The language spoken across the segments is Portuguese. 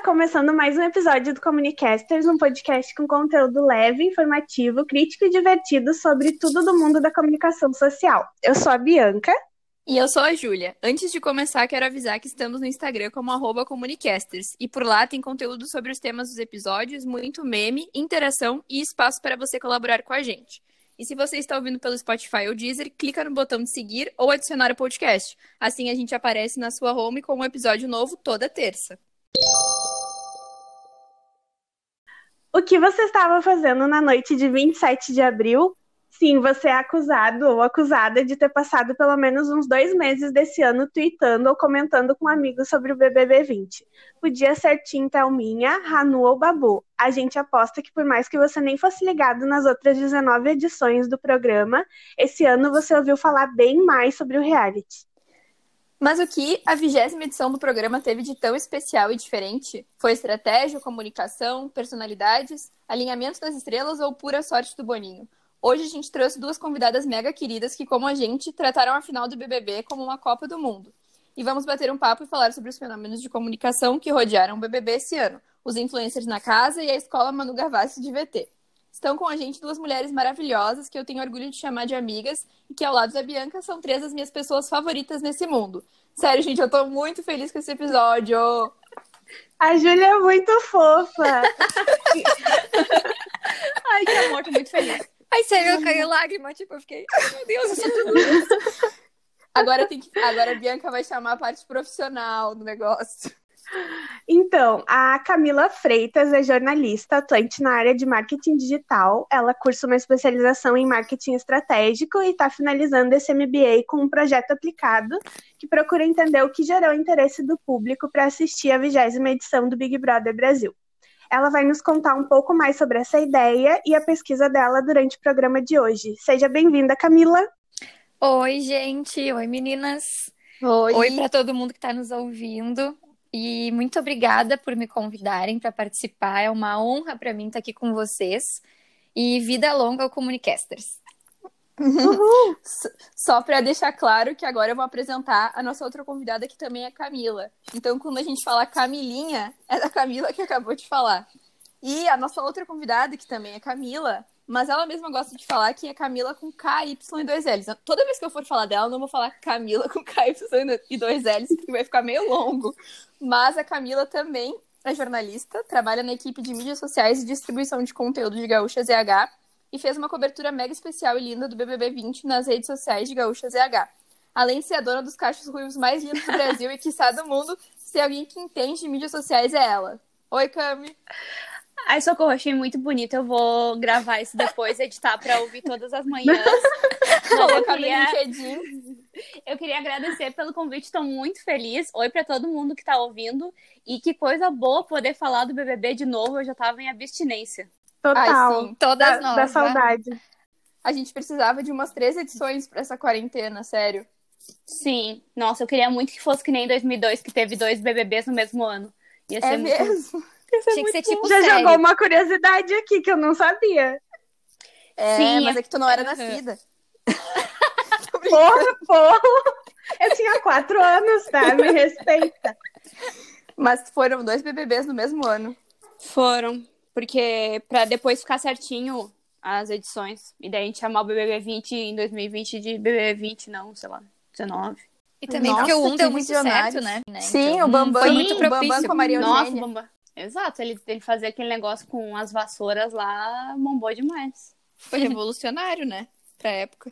começando mais um episódio do Comunicasters, um podcast com conteúdo leve, informativo, crítico e divertido sobre tudo do mundo da comunicação social. Eu sou a Bianca. E eu sou a Júlia. Antes de começar, quero avisar que estamos no Instagram como @comunicasters. E por lá tem conteúdo sobre os temas dos episódios, muito meme, interação e espaço para você colaborar com a gente. E se você está ouvindo pelo Spotify ou Deezer, clica no botão de seguir ou adicionar o podcast. Assim a gente aparece na sua home com um episódio novo toda terça. O que você estava fazendo na noite de 27 de abril? Sim, você é acusado ou acusada de ter passado pelo menos uns 2 meses desse ano tweetando ou comentando com amigos sobre o BBB 20. Podia ser Tim Thelminha, Hanu ou Babu. A gente aposta que por mais que você nem fosse ligado nas outras 19 edições do programa, esse ano você ouviu falar bem mais sobre o reality. Mas o que a 20ª edição do programa teve de tão especial e diferente? Foi estratégia, comunicação, personalidades, alinhamento das estrelas ou pura sorte do Boninho? Hoje a gente trouxe 2 convidadas mega queridas que, como a gente, trataram a final do BBB como uma Copa do Mundo. E vamos bater um papo e falar sobre os fenômenos de comunicação que rodearam o BBB esse ano, os influencers na casa e a escola Manu Gavassi de VT. Estão com a gente 2 mulheres maravilhosas que eu tenho orgulho de chamar de amigas e que, ao lado da Bianca, são 3 das minhas pessoas favoritas nesse mundo. Sério, gente, eu tô muito feliz com esse episódio. A Júlia é muito fofa. Ai, que amor, tô muito feliz. Ai, sério, eu caí lágrima, tipo, eu fiquei, ai, meu Deus, eu sou tudo isso. Agora a Bianca vai chamar a parte profissional do negócio. Então, a Camila Freitas é jornalista, atuante na área de marketing digital. Ela cursa uma especialização em marketing estratégico e está finalizando esse MBA com um projeto aplicado que procura entender o que gerou interesse do público para assistir a 20ª edição do Big Brother Brasil. Ela vai nos contar um pouco mais sobre essa ideia e a pesquisa dela durante o programa de hoje. Seja bem-vinda, Camila. Oi, gente. Oi, meninas. Oi para todo mundo que está nos ouvindo. E muito obrigada por me convidarem para participar. É uma honra para mim estar aqui com vocês. E vida longa ao Comunicasters. Só para deixar claro que agora eu vou apresentar a nossa outra convidada, que também é Camila. Então, quando a gente fala Camilinha, é da Camila que acabou de falar. E a nossa outra convidada, que também é Camila, mas ela mesma gosta de falar que é Camila com K, Y e 2 L's. Toda vez que eu for falar dela, eu não vou falar Camila com K, Y e 2 L's, porque vai ficar meio longo. Mas a Camila também é jornalista, trabalha na equipe de mídias sociais e distribuição de conteúdo de Gaúcha ZH e fez uma cobertura mega especial e linda do BBB 20 nas redes sociais de Gaúcha ZH. Além de ser a dona dos cachos ruivos mais lindos do Brasil e, quiçá, do mundo, se alguém que entende de mídias sociais é ela. Oi, Cami! Ai, socorro, achei muito bonito. Eu vou gravar isso depois, editar pra ouvir todas as manhãs. Colocar no LinkedIn. Eu queria agradecer pelo convite, estou muito feliz. Oi pra todo mundo que tá ouvindo. E que coisa boa poder falar do BBB de novo. Eu já tava em abstinência. Total. Ai, sim, todas nós. Da saudade. A gente precisava de umas 3 edições pra essa quarentena, sério. Sim. Nossa, eu queria muito que fosse que nem em 2002, que teve 2 BBBs no mesmo ano. Ia ser muito... mesmo? Tinha que ser tipo Já série. jogou uma curiosidade aqui que eu não sabia. Sim, mas é que tu não era nascida. Porra. Eu tinha 4 anos, tá? Me respeita. Mas foram 2 BBBs no mesmo ano. Foram, porque pra depois ficar certinho as edições. E daí a gente chamar o BBB 20 em 2020 de BBB 20, não, sei lá, 19. E também Nossa, porque o 1 que deu muito visionários. certo, né? Sim, Então, o Bambam, foi muito o Bambam propício. com a Maria Nossa, Eugênia. Bamba. Exato, ele fazia aquele negócio com as vassouras lá, bombou demais. Foi revolucionário, né? Pra época.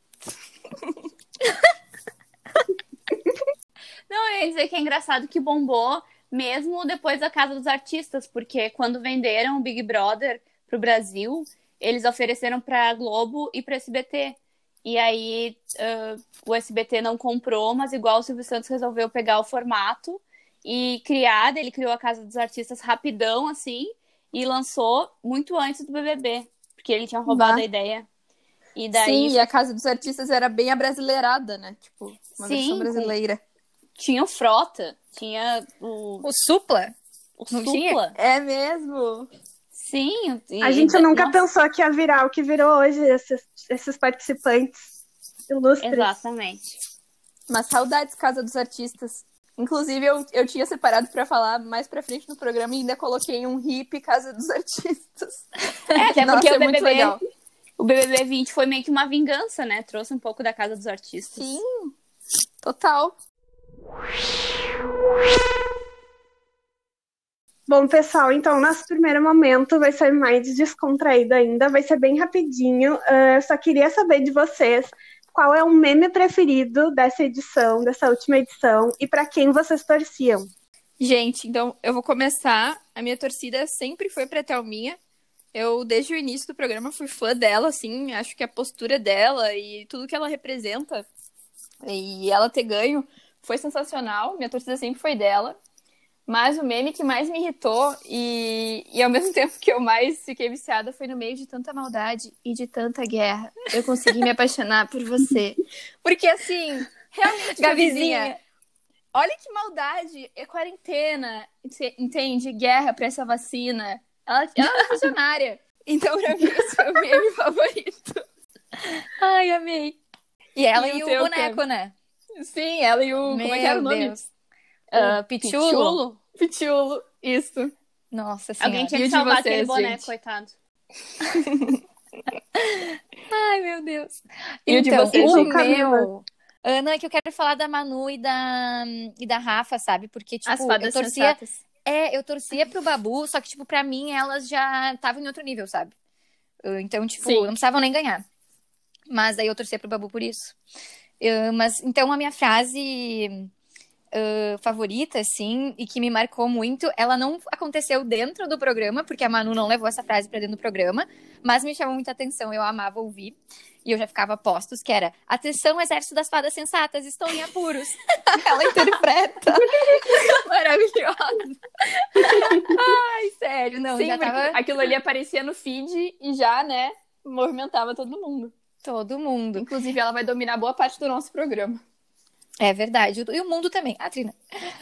Não, eu ia dizer que é engraçado que bombou mesmo depois da Casa dos Artistas, porque quando venderam o Big Brother pro Brasil, eles ofereceram pra Globo e pra SBT. E aí o SBT não comprou, mas igual o Silvio Santos resolveu pegar o formato e criar, ele criou a Casa dos Artistas rapidão, assim, e lançou muito antes do BBB, porque ele tinha roubado a ideia. E daí, Sim, e a Casa dos Artistas era bem abrasileirada, né? Tipo, uma versão brasileira. Tinha o Frota, tinha o Supla? o Não Supla. tinha? É mesmo? Sim. A gente nunca pensou que ia virar o que virou hoje, esses participantes ilustres. Exatamente. Mas saudades Casa dos Artistas. Inclusive, eu tinha separado pra falar mais pra frente no programa e ainda coloquei um hippie Casa dos Artistas. Até porque Nossa, é muito legal. O BBB 20 foi meio que uma vingança, né? Trouxe um pouco da Casa dos Artistas. Sim, total. Bom, pessoal, então nosso primeiro momento vai ser mais descontraído ainda, vai ser bem rapidinho. Eu só queria saber de vocês qual é o meme preferido dessa edição, dessa última edição, e pra quem vocês torciam. Gente, então eu vou começar. A minha torcida sempre foi pra Thelminha. Eu, desde o início do programa, fui fã dela, assim. Acho que a postura dela e tudo que ela representa e ela ter ganho foi sensacional. Minha torcida sempre foi dela. Mas o meme que mais me irritou e ao mesmo tempo que eu mais fiquei viciada foi no meio de tanta maldade e de tanta guerra. Eu consegui me apaixonar por você. Porque, assim, realmente, Gabizinha, olha que maldade. É quarentena, entende? Guerra pra essa vacina. Ela é visionária. Então, pra mim, esse foi o meme favorito. Ai, amei. E ela e o teu, boneco, né? Sim, ela e o... como é que era o nome? Deus. Pichulo? Pichulo, isso. Nossa Senhora. Alguém tinha que salvar aquele boneco, gente. coitado. Ai, meu Deus. E o de então, vocês, o gente? meu... Não, é que eu quero falar da Manu e da Rafa, sabe? Porque, tipo, As fadas eu torcia... sensatas. eu torcia pro Babu, só que, tipo, pra mim, elas já estavam em outro nível, sabe? Então, tipo, Sim. não precisavam nem ganhar. Mas aí eu torcia pro Babu por isso. Mas, então, a minha frase favorita, assim, e que me marcou muito, ela não aconteceu dentro do programa, porque a Manu não levou essa frase pra dentro do programa, mas me chamou muita atenção, eu amava ouvir, e eu já ficava a postos, que era: atenção, exército das fadas sensatas, estou em apuros. Ela interpreta. Maravilhosa. Ai, sério, não, Sim, já tava... aquilo ali aparecia no feed e já, né, movimentava todo mundo. Todo mundo. Inclusive, ela vai dominar boa parte do nosso programa. É verdade. E o mundo também. A Trina.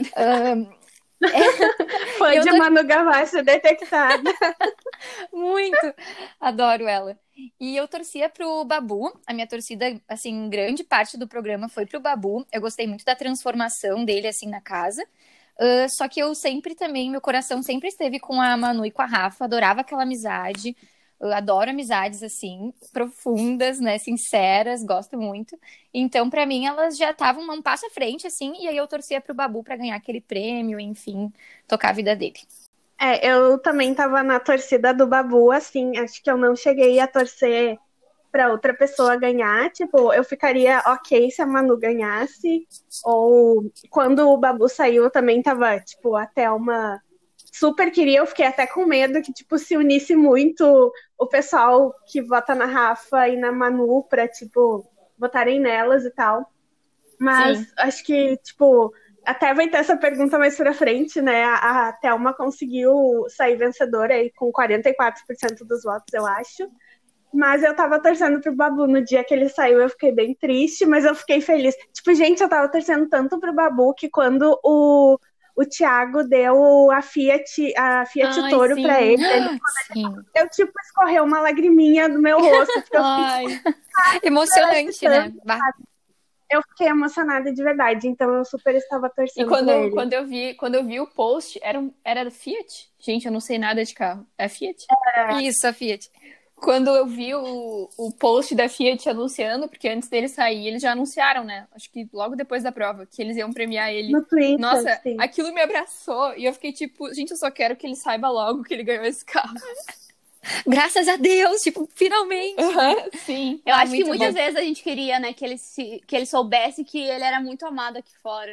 Fã de Manu Gavassi detectada. Muito. Adoro ela. E eu torcia pro Babu. A minha torcida, assim, grande parte do programa foi pro Babu. Eu gostei muito da transformação dele, assim, na casa. Só que eu sempre também, meu coração sempre esteve com a Manu e com a Rafa. Adorava aquela amizade. Eu adoro amizades, assim, profundas, né, sinceras, gosto muito. Então, pra mim, elas já estavam um passo à frente, assim, e aí eu torcia pro Babu pra ganhar aquele prêmio, enfim, tocar a vida dele. Eu também tava na torcida do Babu, assim, acho que eu não cheguei a torcer pra outra pessoa ganhar, tipo, eu ficaria ok se a Manu ganhasse, ou quando o Babu saiu, eu também tava, tipo, até uma... super queria, eu fiquei até com medo que, tipo, se unisse muito o pessoal que vota na Rafa e na Manu pra, tipo, votarem nelas e tal. Mas Sim. acho que, tipo, até vai ter essa pergunta mais pra frente, né? A Thelma conseguiu sair vencedora aí com 44% dos votos, eu acho. Mas eu tava torcendo pro Babu. No dia que ele saiu, eu fiquei bem triste, mas eu fiquei feliz. Tipo, gente, eu tava torcendo tanto pro Babu que quando o Thiago deu a Fiat Toro sim. pra ele, eu, tipo, escorreu uma lagriminha do meu rosto. Porque eu fiquei, emocionante, né? Eu fiquei emocionada de verdade, então eu super estava torcendo por ele. E quando eu vi o post, era do Fiat? Gente, eu não sei nada de carro. É Fiat? Isso, a Fiat. Quando eu vi o post da Fiat anunciando, porque antes dele sair, eles já anunciaram, né? Acho que logo depois da prova, que eles iam premiar ele. No Twitter, nossa, sim. Aquilo me abraçou e eu fiquei tipo, gente, eu só quero que ele saiba logo que ele ganhou esse carro. Graças a Deus, tipo, finalmente. Sim. Eu acho que muitas vezes a gente queria, né, que ele soubesse que ele era muito amado aqui fora.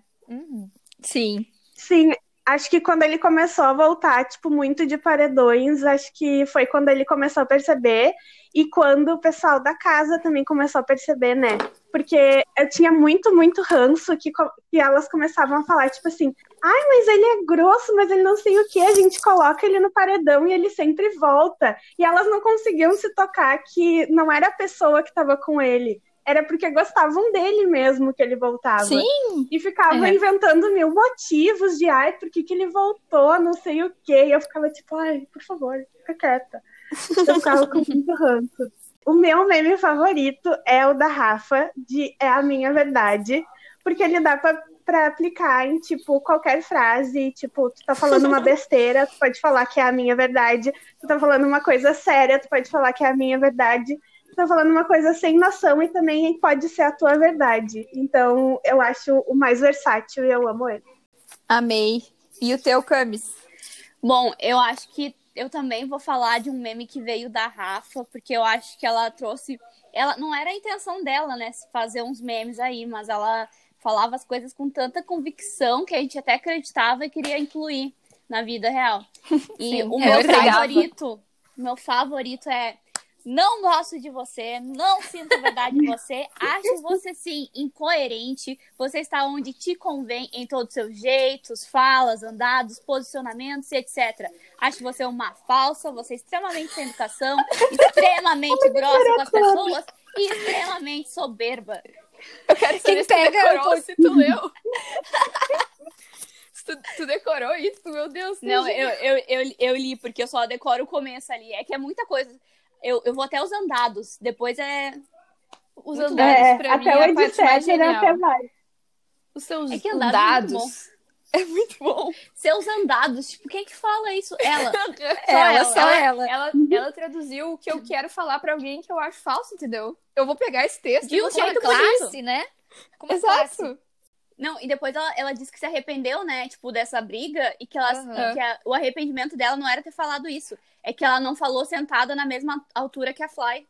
Sim. Sim, acho que quando ele começou a voltar, tipo, muito de paredões, acho que foi quando ele começou a perceber e quando o pessoal da casa também começou a perceber, né? Porque eu tinha muito, muito ranço que elas começavam a falar, tipo assim, ai, mas ele é grosso, mas ele não sei o que, a gente coloca ele no paredão e ele sempre volta. E elas não conseguiam se tocar que não era a pessoa que estava com ele. Era porque gostavam dele mesmo que ele voltava. Sim. E ficavam inventando mil motivos de, ai, por que ele voltou, não sei o quê. E eu ficava tipo, ai, por favor, fica quieta. Eu ficava com muito ranço. O meu meme favorito é o da Rafa, de É a Minha Verdade, porque ele dá pra pra aplicar em, tipo, qualquer frase. Tipo, tu tá falando uma besteira, tu pode falar que é a minha verdade. Tu tá falando uma coisa séria, tu pode falar que é a minha verdade. Tu tá falando uma coisa sem noção e também pode ser a tua verdade. Então, eu acho o mais versátil e eu amo ele. Amei. E o teu, Camis? Bom, eu acho que eu também vou falar de um meme que veio da Rafa, porque eu acho que ela trouxe... Ela não era a intenção dela, né, fazer uns memes aí, mas ela falava as coisas com tanta convicção que a gente até acreditava e queria incluir na vida real. E Sim, o meu favorito é: não gosto de você, não sinto verdade em você, acho você sim incoerente, você está onde te convém em todos os seus jeitos, falas, andados, posicionamentos, etc. Acho você uma falsa, você é extremamente sem educação, extremamente grossa com as pessoas e extremamente soberba. Eu quero saber se tu decorou, se tu leu. Tu decorou isso? Meu Deus. Não, eu li, porque eu só decoro o começo ali. É que é muita coisa. Eu vou até os andados. Depois é... Os andados, pra mim, é a parte mais genial. Até mais. Os seus andados. É muito bom. Seus andados. Tipo, quem que fala isso? Só ela. Ela traduziu o que eu quero falar pra alguém que eu acho falso, entendeu? Eu vou pegar esse texto de um jeito classe, né? Como Exato. Classe. Não, e depois ela disse que se arrependeu, né, tipo, dessa briga, e que o arrependimento dela não era ter falado isso. É que ela não falou sentada na mesma altura que a Fly.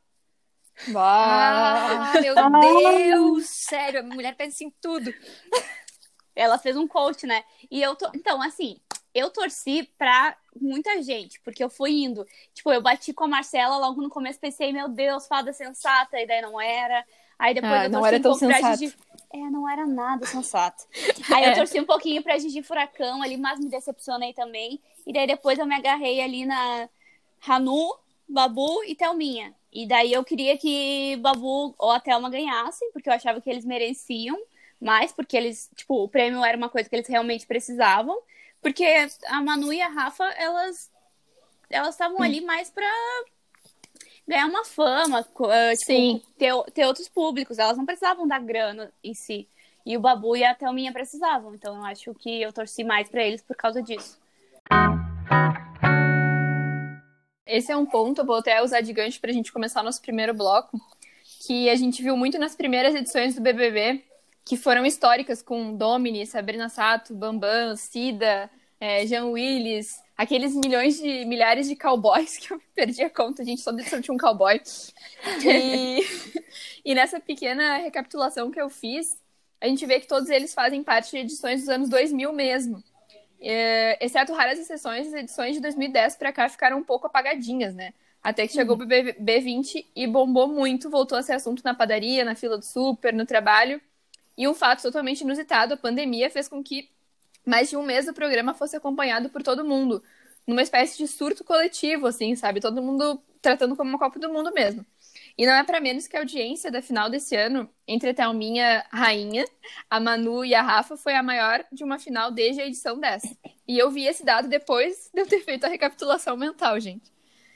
Meu Deus! Sério, a mulher pensa em tudo. Ela fez um coach, né? E então, assim, eu torci pra muita gente, porque eu fui indo. Tipo, eu bati com a Marcela logo no começo, pensei, meu Deus, fada sensata, e daí não era. Aí depois eu torci um pouco pra Gigi. Não era nada sensato. Aí eu torci um pouquinho pra Gigi Furacão ali, mas me decepcionei também. E daí depois eu me agarrei ali na Hanu, Babu e Thelminha. E daí eu queria que Babu ou a Thelma ganhassem, porque eu achava que eles mereciam mais, porque eles, tipo, o prêmio era uma coisa que eles realmente precisavam. Porque a Manu e a Rafa, elas estavam ali mais pra ganhar uma fama, tipo, ter outros públicos. Elas não precisavam da grana em si. E o Babu e a Thelminha precisavam. Então eu acho que eu torci mais pra eles por causa disso. Esse é um ponto, eu vou até usar de gancho pra gente começar nosso primeiro bloco, que a gente viu muito nas primeiras edições do BBB, que foram históricas com Domini, Sabrina Sato, Bambam, Cida, Jean Willis, aqueles milhares de cowboys que eu perdi a conta, a gente só tinha um cowboy. E nessa pequena recapitulação que eu fiz, a gente vê que todos eles fazem parte de edições dos anos 2000 mesmo. Exceto raras exceções, as edições de 2010 pra cá ficaram um pouco apagadinhas, né? Até que chegou o BBB20 e bombou muito, voltou a ser assunto na padaria, na fila do super, no trabalho. E um fato totalmente inusitado, a pandemia fez com que mais de um mês o programa fosse acompanhado por todo mundo, numa espécie de surto coletivo, assim, sabe? Todo mundo tratando como uma Copa do Mundo mesmo. E não é pra menos que a audiência da final desse ano, entre a Thelminha Rainha, a Manu e a Rafa, foi a maior de uma final desde a edição 10. E eu vi esse dado depois de eu ter feito a recapitulação mental, gente.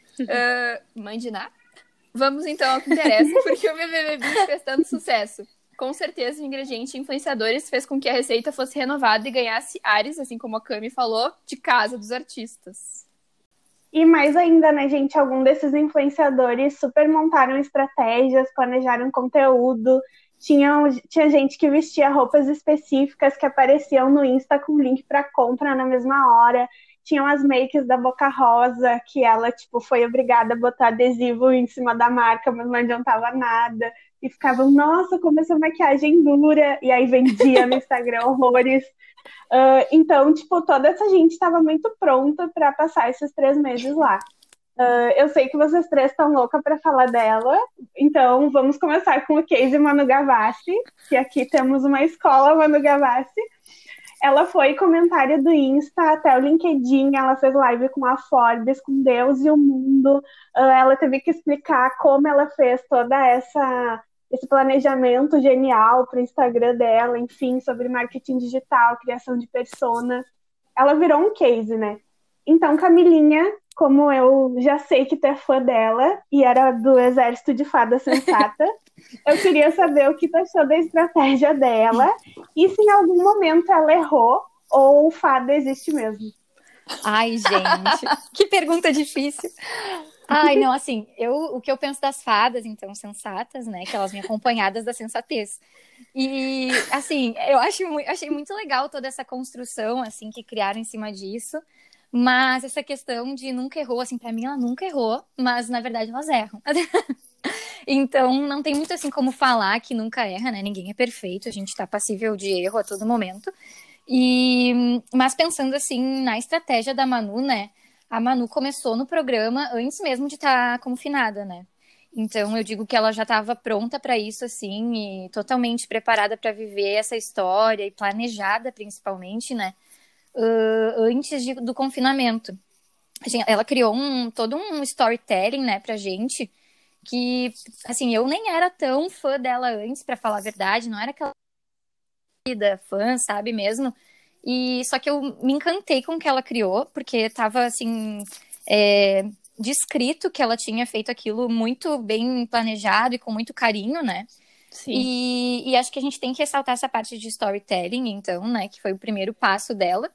Mãe de Ná? Vamos então ao que interessa, porque o BBB20 fez tanto sucesso. Com certeza, o ingrediente influenciadores fez com que a receita fosse renovada e ganhasse ares, assim como a Cami falou, de casa dos artistas. E mais ainda, né, gente, algum desses influenciadores super montaram estratégias, planejaram conteúdo, tinha gente que vestia roupas específicas que apareciam no Insta com link para compra na mesma hora, tinham as makes da Boca Rosa, que ela, tipo, foi obrigada a botar adesivo em cima da marca, mas não adiantava nada, e ficavam, nossa, como essa maquiagem dura, e aí vendia no Instagram horrores. Então, tipo, toda essa gente estava muito pronta para passar esses 3 meses lá. Eu sei que vocês 3 estão loucas para falar dela, então vamos começar com o case Manu Gavassi, que aqui temos uma escola Manu Gavassi. Ela foi comentária do Insta até o LinkedIn, ela fez live com a Forbes, com Deus e o Mundo. Ela teve que explicar como ela fez toda esse planejamento genial para o Instagram dela, enfim, sobre marketing digital, criação de persona. Ela virou um case, né? Então, Camilinha, como eu já sei que tu é fã dela, e era do Exército de Fada Sensata, Eu queria saber o que tu achou da estratégia dela e se em algum momento ela errou ou o fado existe mesmo. Ai, gente, que pergunta difícil. Ai, não, assim, o que eu penso das fadas, então, sensatas, né, que elas vêm acompanhadas da sensatez. E, assim, achei muito legal toda essa construção, assim, que criaram em cima disso, mas essa questão de nunca errou, assim, pra mim ela nunca errou, mas, na verdade, elas erram. Então, não tem muito, assim, como falar que nunca erra, né, ninguém é perfeito, a gente tá passível de erro a todo momento. Mas pensando, assim, na estratégia da Manu, né, a Manu começou no programa antes mesmo de estar como finada, né? Então eu digo que ela já estava pronta para isso, assim, e totalmente preparada para viver essa história e planejada, principalmente, né? Antes do confinamento. Ela criou todo um storytelling, né, pra gente, que, assim, eu nem era tão fã dela antes, para falar a verdade, não era aquela fã, sabe mesmo? E só que eu me encantei com o que ela criou, porque tava assim, descrito que ela tinha feito aquilo muito bem planejado e com muito carinho, né? Sim. E acho que a gente tem que ressaltar essa parte de storytelling, então, né? Que foi o primeiro passo dela.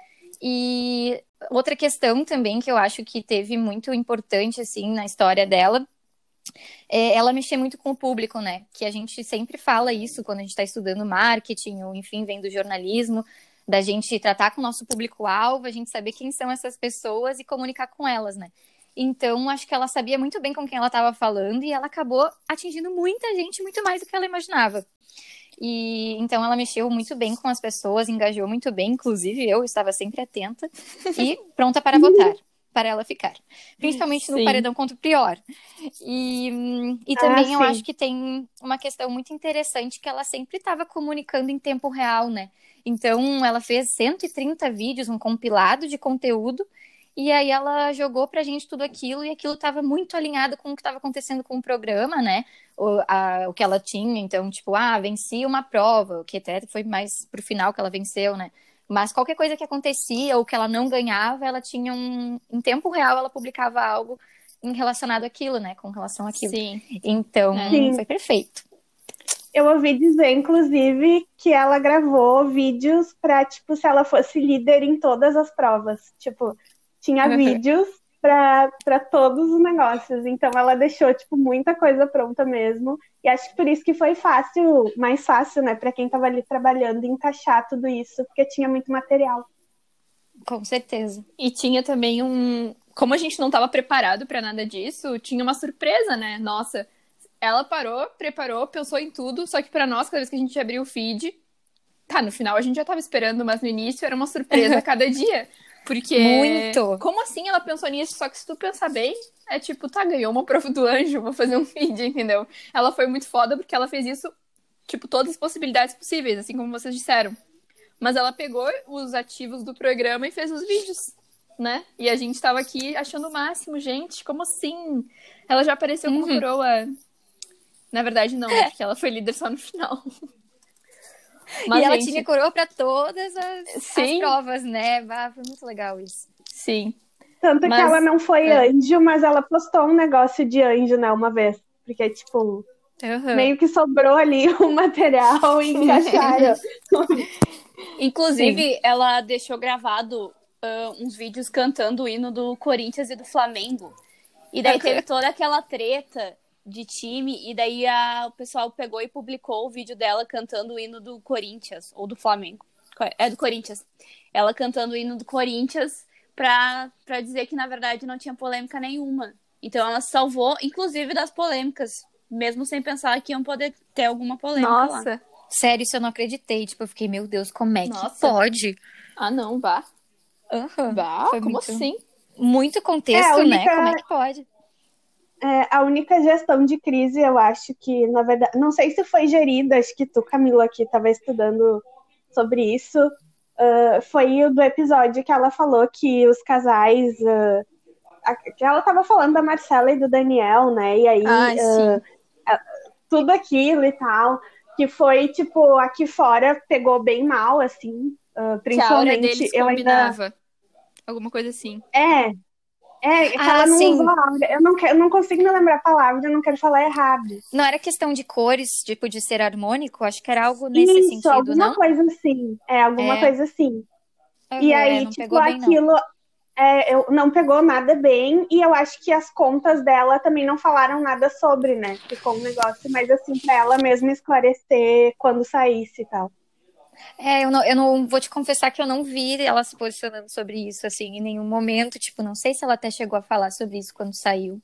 E outra questão também que eu acho que teve muito importante, assim, na história dela, ela mexer muito com o público, né? Que a gente sempre fala isso quando a gente está estudando marketing ou, enfim, vem do jornalismo, da gente tratar com o nosso público-alvo, a gente saber quem são essas pessoas e comunicar com elas, né? Então, acho que ela sabia muito bem com quem ela estava falando e ela acabou atingindo muita gente, muito mais do que ela imaginava. E então ela mexeu muito bem com as pessoas, engajou muito bem, inclusive eu estava sempre atenta e pronta para votar, para ela ficar. Principalmente no paredão contra o Prior. E também eu acho que tem uma questão muito interessante que ela sempre estava comunicando em tempo real, né? Então ela fez 130 vídeos, um compilado de conteúdo, e aí ela jogou pra gente tudo aquilo, e aquilo estava muito alinhado com o que estava acontecendo com o programa, né? O que ela tinha, então, tipo, venci uma prova, o que até foi mais pro final que ela venceu, né? Mas qualquer coisa que acontecia ou que ela não ganhava, ela tinha em tempo real, ela publicava algo relacionado àquilo, né? Com relação àquilo. Sim. Então, foi perfeito. Eu ouvi dizer, inclusive, que ela gravou vídeos pra, tipo, se ela fosse líder em todas as provas. Tipo, tinha vídeos para todos os negócios. Então ela deixou, tipo, muita coisa pronta mesmo. E acho que por isso que foi mais fácil, né, para quem tava ali trabalhando, encaixar tudo isso, porque tinha muito material. Com certeza. E tinha também como a gente não estava preparado para nada disso, tinha uma surpresa, né? Nossa, ela preparou, pensou em tudo, só que para nós, cada vez que a gente abriu o feed, no final a gente já tava esperando, mas no início era uma surpresa a cada dia. Porque, muito. Como assim ela pensou nisso? Só que se tu pensar bem, é tipo, ganhou uma prova do anjo, vou fazer um feed, entendeu? Ela foi muito foda porque ela fez isso, tipo, todas as possibilidades possíveis, assim como vocês disseram. Mas ela pegou os ativos do programa e fez os vídeos, né? E a gente tava aqui achando o máximo, gente, como assim? Ela já apareceu como coroa. Na verdade, não, né? Porque ela foi líder só no final. Mas, e ela tinha coroa pra todas as provas, né? Foi muito legal isso. Sim. Tanto que ela não foi anjo, mas ela postou um negócio de anjo, né, uma vez. Porque, tipo, meio que sobrou ali o material e encaixaram. Inclusive, ela deixou gravado uns vídeos cantando o hino do Corinthians e do Flamengo. E daí teve toda aquela treta de time, e daí o pessoal pegou e publicou o vídeo dela cantando o hino do Corinthians, ou do Flamengo. É do Corinthians. Ela cantando o hino do Corinthians pra dizer que, na verdade, não tinha polêmica nenhuma. Então ela salvou, inclusive, das polêmicas, mesmo sem pensar que iam poder ter alguma polêmica lá. Sério, isso eu não acreditei. Tipo, eu fiquei, meu Deus, como é que pode? Não, vá. Vá? Foi como assim? Muito contexto, né? Como é que pode? A única gestão de crise, eu acho que, na verdade, não sei se foi gerida, acho que tu, Camila, que estava estudando sobre isso, foi o do episódio que ela falou que os casais, que ela estava falando da Marcela e do Daniel, né, e aí tudo aquilo e tal, que foi, tipo, aqui fora pegou bem mal, assim, principalmente... Que a aura deles combinava. Alguma coisa assim. É, que ela não sim. usou áurea. Eu não consigo me lembrar a palavra, eu não quero falar errado. Não era questão de cores, tipo, de ser harmônico? Acho que era algo nesse Isso, sentido, alguma não? coisa assim. Alguma coisa assim. E aí, Não tipo, pegou bem, não. aquilo eu não pegou nada bem, e eu acho que as contas dela também não falaram nada sobre, né? Ficou um negócio mais assim pra ela mesma esclarecer quando saísse e tal. Eu não vou te confessar que eu não vi ela se posicionando sobre isso, assim, em nenhum momento. Tipo, não sei se ela até chegou a falar sobre isso quando saiu.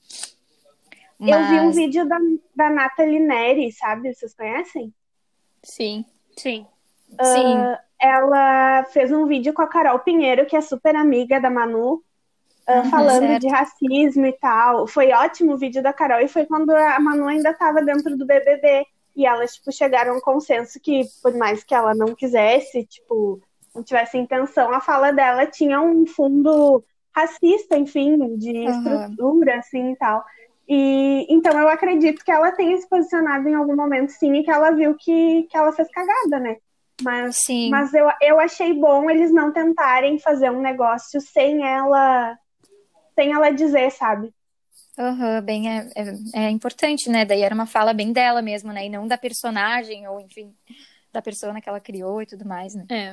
Eu vi um Mas, vídeo da Nathalie Neri, sabe? Vocês conhecem? Sim. Sim. sim. Ela fez um vídeo com a Carol Pinheiro, que é super amiga da Manu, falando de Certo. racismo e tal. Foi ótimo o vídeo da Carol, e foi quando a Manu ainda estava dentro do BBB. E elas, tipo, chegaram a um consenso que, por mais que ela não quisesse, tipo, não tivesse intenção, a fala dela tinha um fundo racista, enfim, de estrutura, assim, e tal. E, então, eu acredito que ela tenha se posicionado em algum momento, sim, e que ela viu que ela fez cagada, né? Sim. Mas eu achei bom eles não tentarem fazer um negócio sem ela dizer, sabe? Bem, é importante, né? Daí era uma fala bem dela mesmo, né? E não da personagem, ou enfim, da persona que ela criou e tudo mais, né? É.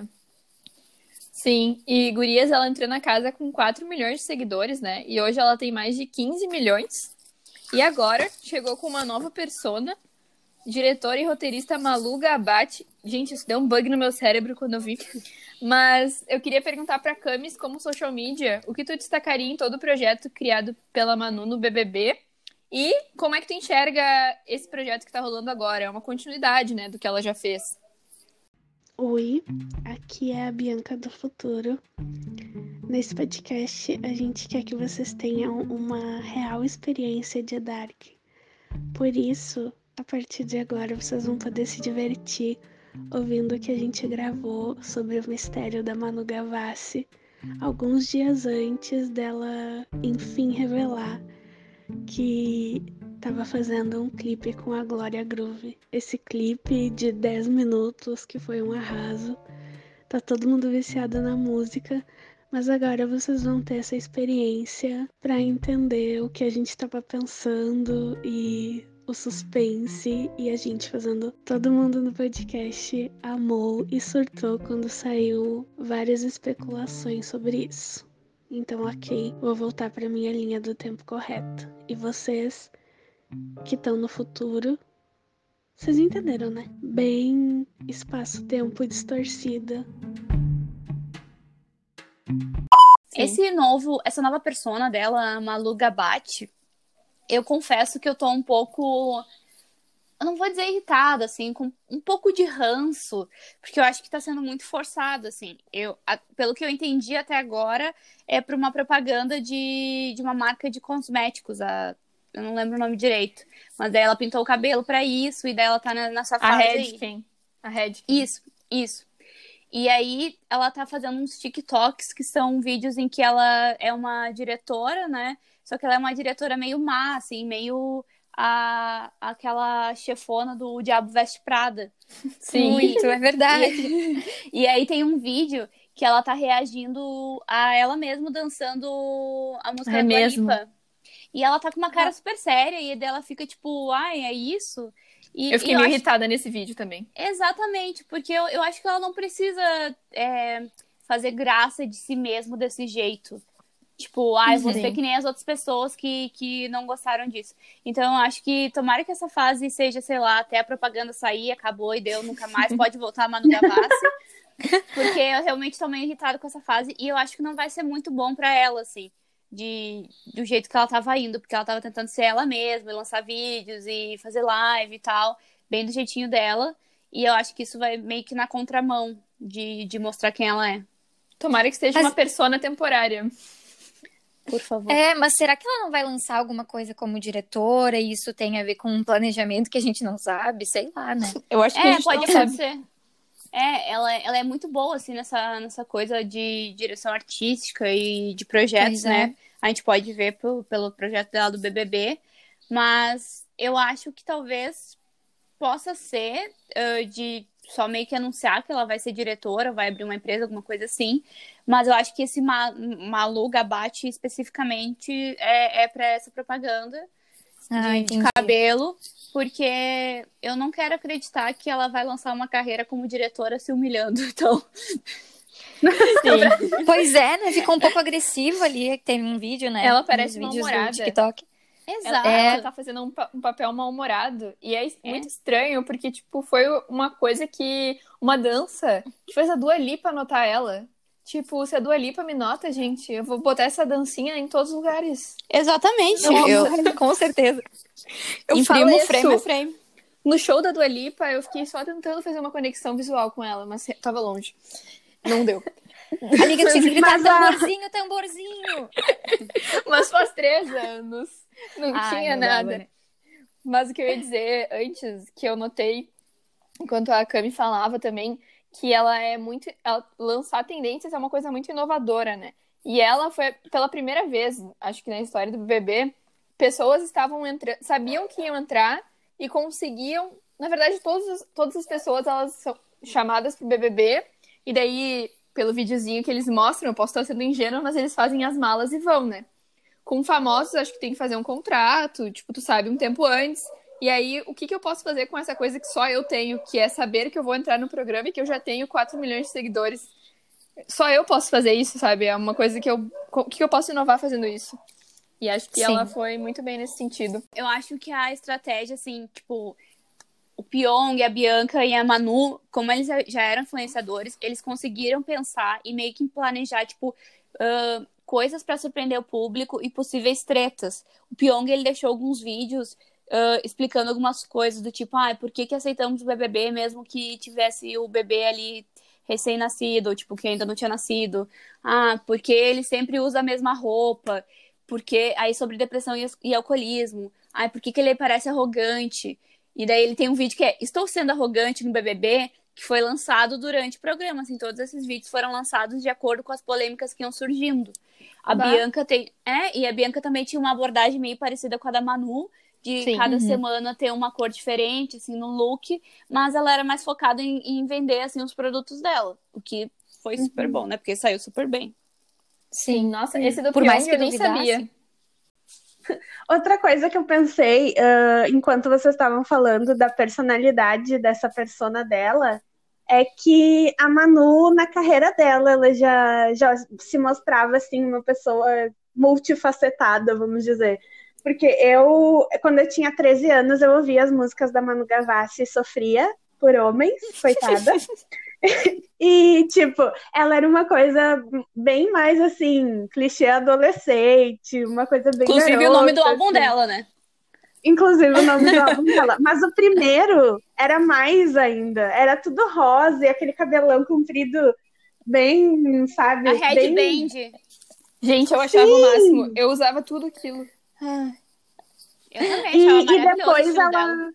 Sim, e Gurias, ela entrou na casa com 4 milhões de seguidores, né? E hoje ela tem mais de 15 milhões. E agora chegou com uma nova persona, diretora e roteirista Malu Gabate. Gente, isso deu um bug no meu cérebro quando eu vi. Mas eu queria perguntar pra Camis, como social media, o que tu destacaria em todo o projeto criado pela Manu no BBB? E como é que tu enxerga esse projeto que tá rolando agora? É uma continuidade, né, do que ela já fez. Oi, aqui é a Bianca do Futuro. Nesse podcast, a gente quer que vocês tenham uma real experiência de Dark. Por isso, a partir de agora, vocês vão poder se divertir ouvindo o que a gente gravou sobre o mistério da Manu Gavassi, alguns dias antes dela, enfim, revelar que estava fazendo um clipe com a Glória Groove. Esse clipe de 10 minutos, que foi um arraso. Tá todo mundo viciado na música, mas agora vocês vão ter essa experiência para entender o que a gente estava pensando e o suspense, e a gente fazendo. Todo mundo no podcast amou e surtou quando saiu várias especulações sobre isso. Então, ok, vou voltar para minha linha do tempo correta. E vocês que estão no futuro, vocês entenderam, né? Bem espaço-tempo distorcida. Essa nova persona dela, a Malu Gabate, eu confesso que eu tô um pouco, eu não vou dizer irritada, assim, com um pouco de ranço, porque eu acho que tá sendo muito forçado, assim. Pelo que eu entendi até agora, é pra uma propaganda de uma marca de cosméticos, eu não lembro o nome direito, mas daí ela pintou o cabelo pra isso, e daí ela tá nessa fase aí. A Redken. Isso. E aí ela tá fazendo uns TikToks que são vídeos em que ela é uma diretora, né? Só que ela é uma diretora meio má, assim, meio aquela chefona do Diabo Veste Prada. Sim, muito, é verdade. E aí tem um vídeo que ela tá reagindo a ela mesma dançando a música da Dua Lipa. E ela tá com uma cara super séria, e dela fica tipo, ai, é isso? Eu fiquei meio irritada nesse vídeo também. Exatamente, porque eu acho que ela não precisa fazer graça de si mesmo desse jeito. Tipo, eu vou ser que nem as outras pessoas que não gostaram disso. Então, eu acho que tomara que essa fase seja, sei lá, até a propaganda sair, acabou e deu, nunca mais pode voltar a Manu Gavassi. Porque eu realmente tô meio irritada com essa fase, e eu acho que não vai ser muito bom pra ela, assim. Do jeito que ela tava indo, porque ela tava tentando ser ela mesma, e lançar vídeos e fazer live e tal, bem do jeitinho dela, e eu acho que isso vai meio que na contramão de mostrar quem ela é. Tomara que seja uma persona temporária. Por favor. Mas será que ela não vai lançar alguma coisa como diretora e isso tem a ver com um planejamento que a gente não sabe? Sei lá, né? Eu acho que a gente pode não sabe. ser. Ela é muito boa, assim, nessa coisa de direção artística e de projetos, né? A gente pode ver pelo projeto dela do BBB, mas eu acho que talvez possa ser de só meio que anunciar que ela vai ser diretora, vai abrir uma empresa, alguma coisa assim. Mas eu acho que esse Malu Gabate especificamente é para essa propaganda de cabelo, porque eu não quero acreditar que ela vai lançar uma carreira como diretora se humilhando, então... Sim. Pois é, né? Ficou um pouco agressivo ali, tem um vídeo, né? Ela parece mal-humorada. TikTok. Exato. Ela tá fazendo um papel mal-humorado. E é muito estranho, porque, tipo, foi uma coisa que... Uma dança que fez a Dua Lipa notar ela. Tipo, se a Dua Lipa me nota, gente, eu vou botar essa dancinha em todos os lugares. Exatamente. Com certeza. Eu imprimo frame a frame. No show da Dua Lipa, eu fiquei só tentando fazer uma conexão visual com ela, mas tava longe. Não deu. Amiga, tinha que gritar tamborzinho, tamborzinho. Mas faz 3 anos. Não tinha nada. Né? Mas o que eu ia dizer antes, que eu notei, enquanto a Cami falava também, que ela é muito... lançar tendências é uma coisa muito inovadora, né? E ela foi, pela primeira vez, acho que na história do BBB, pessoas estavam entrando, sabiam que iam entrar e conseguiam... Na verdade, todas as pessoas, elas são chamadas pro BBB, e daí, pelo videozinho que eles mostram, eu posso estar sendo ingênua, mas eles fazem as malas e vão, né? Com famosos, acho que tem que fazer um contrato, tipo, tu sabe, um tempo antes. E aí, o que eu posso fazer com essa coisa que só eu tenho, que é saber que eu vou entrar no programa e que eu já tenho 4 milhões de seguidores. Só eu posso fazer isso, sabe? É uma coisa que o que eu posso inovar fazendo isso? E acho que ela foi muito bem nesse sentido. Eu acho que a estratégia, assim, tipo... O Pyong, a Bianca e a Manu, como eles já eram influenciadores, eles conseguiram pensar e meio que planejar, tipo, coisas para surpreender o público e possíveis tretas. O Pyong, ele deixou alguns vídeos explicando algumas coisas do tipo, por que aceitamos o BBB mesmo que tivesse o bebê ali recém-nascido, tipo, que ainda não tinha nascido. Porque ele sempre usa a mesma roupa. Porque aí sobre depressão e alcoolismo. Por que ele parece arrogante? E daí ele tem um vídeo que é Estou sendo arrogante no BBB, que foi lançado durante o programa. Assim, todos esses vídeos foram lançados de acordo com as polêmicas que iam surgindo. A Bianca tem... e a Bianca também tinha uma abordagem meio parecida com a da Manu, de cada semana ter uma cor diferente, assim, no look. Mas ela era mais focada em vender, assim, os produtos dela. O que foi super bom, né? Porque saiu super bem. Sim, nossa, esse do Pyong eu nem sabia. Outra coisa que eu pensei, enquanto vocês estavam falando da personalidade dessa persona dela, é que a Manu, na carreira dela, ela já se mostrava, assim, uma pessoa multifacetada, vamos dizer. Porque quando eu tinha 13 anos, eu ouvia as músicas da Manu Gavassi e sofria por homens, coitada. E, tipo, ela era uma coisa bem mais, assim, clichê adolescente, uma coisa bem Inclusive garota, o nome do álbum assim. dela, né? Inclusive o nome do álbum dela. Mas o primeiro era mais ainda. Era tudo rosa e aquele cabelão comprido bem, sabe? A headband. Gente, eu achava o máximo. Eu usava tudo aquilo. Eu também achava E depois ela... dela.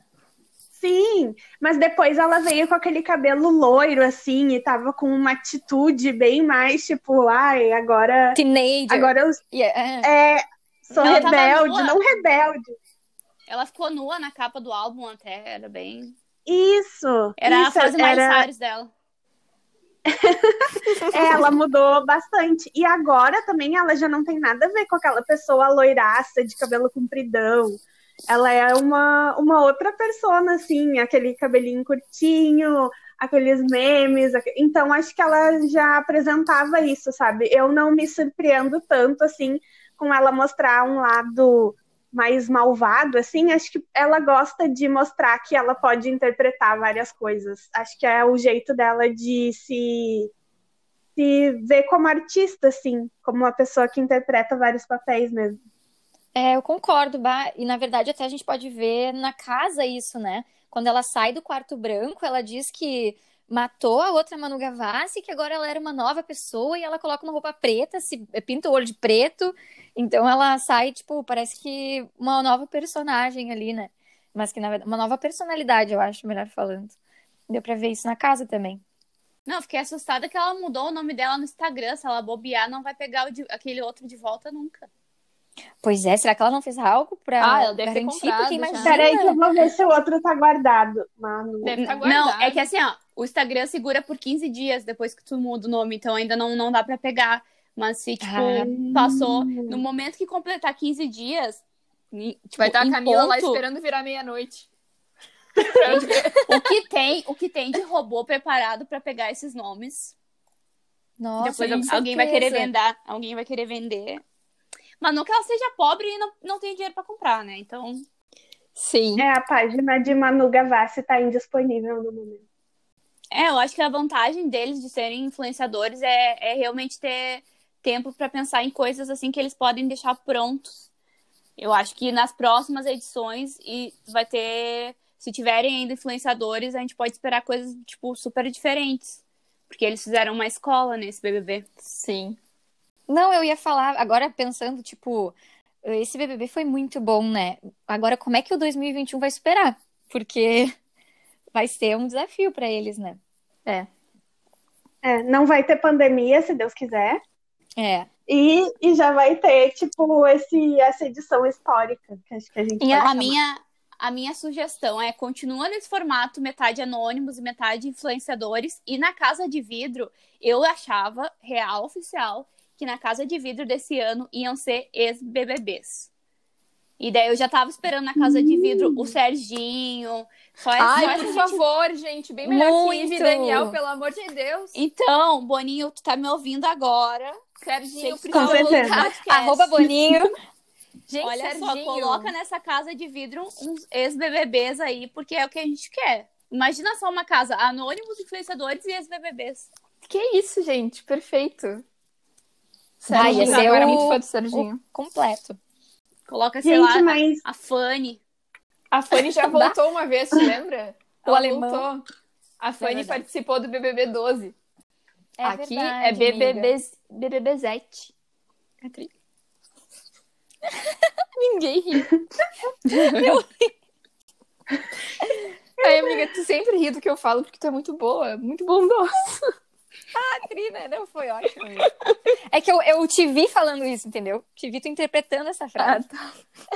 Sim, mas depois ela veio com aquele cabelo loiro, assim, e tava com uma atitude bem mais, tipo, agora... Teenager. Agora eu sou Ela rebelde, não rebelde. Ela ficou nua na capa do álbum até, era bem... Isso. Era a fase mais Ares dela. Ela mudou bastante. E agora também ela já não tem nada a ver com aquela pessoa loiraça, de cabelo compridão. Ela é uma outra persona, assim, aquele cabelinho curtinho, aqueles memes. Então, acho que ela já apresentava isso, sabe? Eu não me surpreendo tanto, assim, com ela mostrar um lado mais malvado, assim. Acho que ela gosta de mostrar que ela pode interpretar várias coisas. Acho que é o jeito dela de se ver como artista, assim, como uma pessoa que interpreta vários papéis mesmo. Eu concordo, e na verdade até a gente pode ver na casa isso, né? Quando ela sai do quarto branco, ela diz que matou a outra Manu Gavassi, que agora ela era uma nova pessoa e ela coloca uma roupa preta, se pinta o olho de preto, então ela sai, tipo, parece que uma nova personagem ali, né? Mas que na verdade, uma nova personalidade, eu acho, melhor falando. Deu pra ver isso na casa também. Não, fiquei assustada que ela mudou o nome dela no Instagram, se ela bobear, não vai pegar aquele outro de volta nunca. Pois é, será que ela não fez algo pra ela deve ter garantir? comprado Porque já. imagina... Peraí que eu vou ver se o outro tá guardado. Manu. Deve estar Não, guardado. é que assim, ó, o Instagram segura por 15 dias depois que tu muda o nome, então ainda não dá pra pegar. Mas se, tipo, passou, no momento que completar 15 dias, tipo, Vai estar a em Camila lá ponto, esperando virar meia-noite. o que tem de robô preparado pra pegar esses nomes. Nossa, Depois com alguém vai querer certeza. vender, alguém vai querer vender. Mas não que ela seja pobre e não tenha dinheiro pra comprar, né? Então, Sim. A página de Manu Gavassi tá indisponível no momento. eu acho que a vantagem deles de serem influenciadores é realmente ter tempo pra pensar em coisas assim que eles podem deixar prontos. Eu acho que nas próximas edições vai ter, se tiverem ainda influenciadores, a gente pode esperar coisas tipo super diferentes, porque eles fizeram uma escola nesse BBB. Sim. Não, eu ia falar, agora pensando, tipo, esse BBB foi muito bom, né? Agora, como é que o 2021 vai superar? Porque vai ser um desafio pra eles, né? Não vai ter pandemia, se Deus quiser. É. E já vai ter, tipo, essa edição histórica, que acho que a gente pode chamar. A minha sugestão é continua nesse formato, metade anônimos e metade influenciadores. E na Casa de Vidro, eu achava, real, oficial, que na Casa de Vidro desse ano iam ser ex-BBBs. E daí eu já tava esperando na Casa de Vidro o Serginho. Ai, por favor, gente. Bem melhor que Ivy e Daniel, pelo amor de Deus. Então, Boninho, tu tá me ouvindo agora. Serginho, por Com favor. certeza. Arroba Boninho. Gente, Olha Serginho. só, coloca nessa Casa de Vidro uns ex-BBBs aí, porque é o que a gente quer. Imagina só uma casa, anônimos, influenciadores e ex-BBBs. Que isso, gente. Perfeito. Vai, ia Serginho, ser eu era o- muito fã do Serginho. Completo. Coloca, sei Gente, lá, mas a Fanny. A Fanny já voltou uma vez, tu lembra? O Ela alemão. voltou. A Fanny verdade. participou do BBB 12. É Aqui verdade, é amiga. BBB7. Ninguém ri. Ai, amiga, tu sempre ri do que eu falo porque tu é muito boa, muito bondosa. A Trina, não foi ótimo. Amiga. É que eu te vi falando isso, entendeu? Te vi tu interpretando essa frase. tá.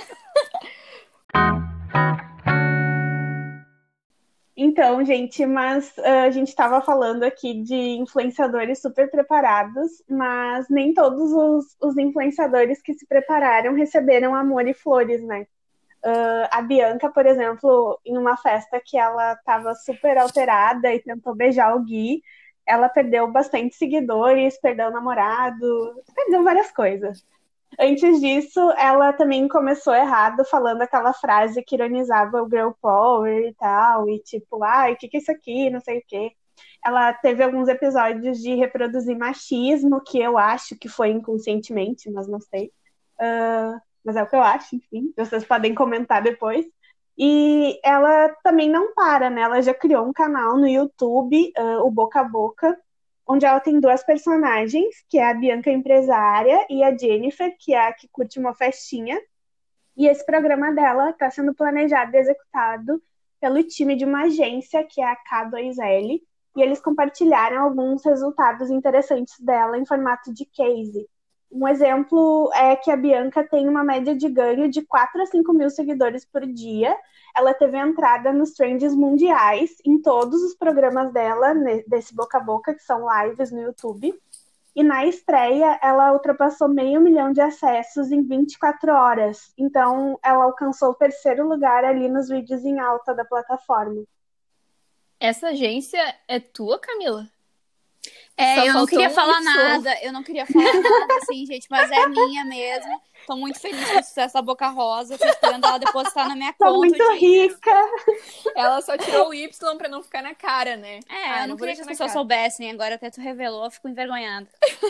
Então, gente, mas a gente estava falando aqui de influenciadores super preparados, mas nem todos os influenciadores que se prepararam receberam amor e flores, né? A Bianca, por exemplo, em uma festa que ela estava super alterada e tentou beijar o Gui, ela perdeu bastante seguidores, perdeu o namorado, perdeu várias coisas. Antes disso, ela também começou errado, falando aquela frase que ironizava o girl power e tal, e tipo, ai, o que é isso aqui, não sei o quê. Ela teve alguns episódios de reproduzir machismo, que eu acho que foi inconscientemente, mas não sei. Mas é o que eu acho, enfim, vocês podem comentar depois. E ela também não para, né? Ela já criou um canal no YouTube, o Boca a Boca, onde ela tem duas personagens, que é a Bianca empresária e a Jennifer, que é a que curte uma festinha. E esse programa dela está sendo planejado e executado pelo time de uma agência, que é a K2L, e eles compartilharam alguns resultados interessantes dela em formato de case. Um exemplo é que a Bianca tem uma média de ganho de 4 a 5 mil seguidores por dia. Ela teve entrada nos trends mundiais em todos os programas dela, desse Boca a Boca, que são lives no YouTube. E na estreia, ela ultrapassou 500 mil de acessos em 24 horas. Então, ela alcançou o 3º lugar ali nos vídeos em alta da plataforma. Essa agência é tua, Camila? É, eu não queria falar nada. nada, assim, gente, mas é minha mesmo. Tô muito feliz com o sucesso da Boca Rosa, tô esperando ela depositar na minha Tô conta. muito rica! Ela só tirou o Y pra não ficar na cara, né? Eu não queria que as pessoas soubessem, agora até tu revelou, eu fico envergonhada.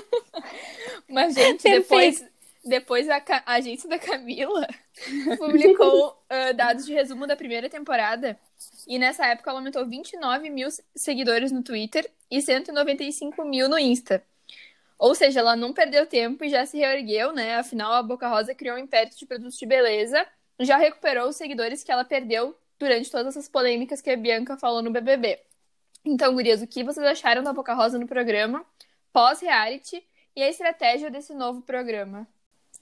Mas, gente, depois a agência da Camila publicou dados de resumo da primeira temporada. E nessa época ela aumentou 29 mil seguidores no Twitter e 195 mil no Insta. Ou seja, ela não perdeu tempo e já se reergueu, né? Afinal, a Boca Rosa criou um império de produtos de beleza, já recuperou os seguidores que ela perdeu durante todas essas polêmicas que a Bianca falou no BBB. Então, gurias, o que vocês acharam da Boca Rosa no programa, pós-reality, e a estratégia desse novo programa?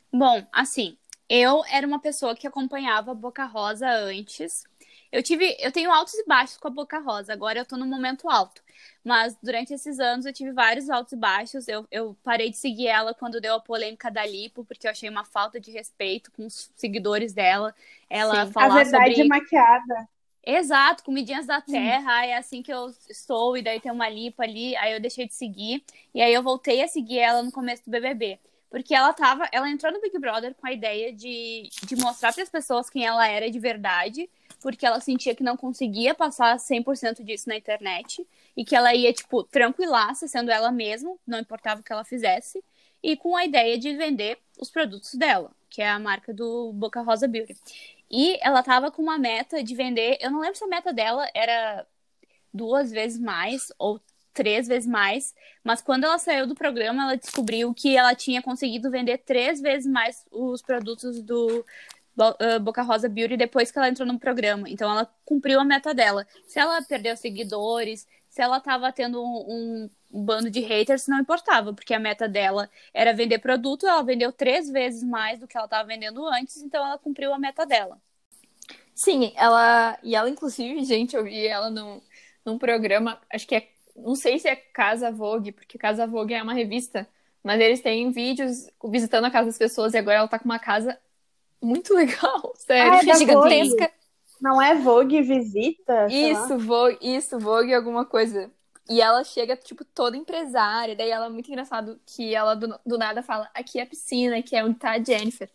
Bom, assim, eu era uma pessoa que acompanhava a Boca Rosa antes. Eu tenho altos e baixos com a Boca Rosa, agora eu tô no momento alto. Mas durante esses anos eu tive vários altos e baixos. Eu parei de seguir ela quando deu a polêmica da Lipo, porque eu achei uma falta de respeito com os seguidores dela. Ela A falar verdade sobre. maquiada. Exato, comidinhas da terra, é assim que eu estou, e daí tem uma lipa ali, aí eu deixei de seguir, e aí eu voltei a seguir ela no começo do BBB. Porque ela entrou no Big Brother com a ideia de mostrar para as pessoas quem ela era de verdade, porque ela sentia que não conseguia passar 100% disso na internet, e que ela ia, tipo, tranquilaça, sendo ela mesma, não importava o que ela fizesse, e com a ideia de vender os produtos dela, que é a marca do Boca Rosa Beauty. E ela tava com uma meta de vender. Eu não lembro se a meta dela era 2 vezes mais ou 3 vezes mais. Mas quando ela saiu do programa, ela descobriu que ela tinha conseguido vender 3 vezes mais os produtos do Boca Rosa Beauty depois que ela entrou no programa. Então ela cumpriu a meta dela. Se ela perdeu seguidores, se ela tava tendo um bando de haters, não importava, porque a meta dela era vender produto, ela vendeu 3 vezes mais do que ela estava vendendo antes, então ela cumpriu a meta dela. Sim, e ela inclusive, gente, eu vi ela num programa, acho que não sei se é Casa Vogue, porque Casa Vogue é uma revista, mas eles têm vídeos visitando a casa das pessoas e agora ela tá com uma casa muito legal, sério, É da gigantesca. Vogue. Não é Vogue Visita? Isso, Vogue alguma coisa. E ela chega, tipo, toda empresária. Daí ela é muito engraçado que ela do nada fala: aqui é a piscina, aqui é onde tá a Jennifer.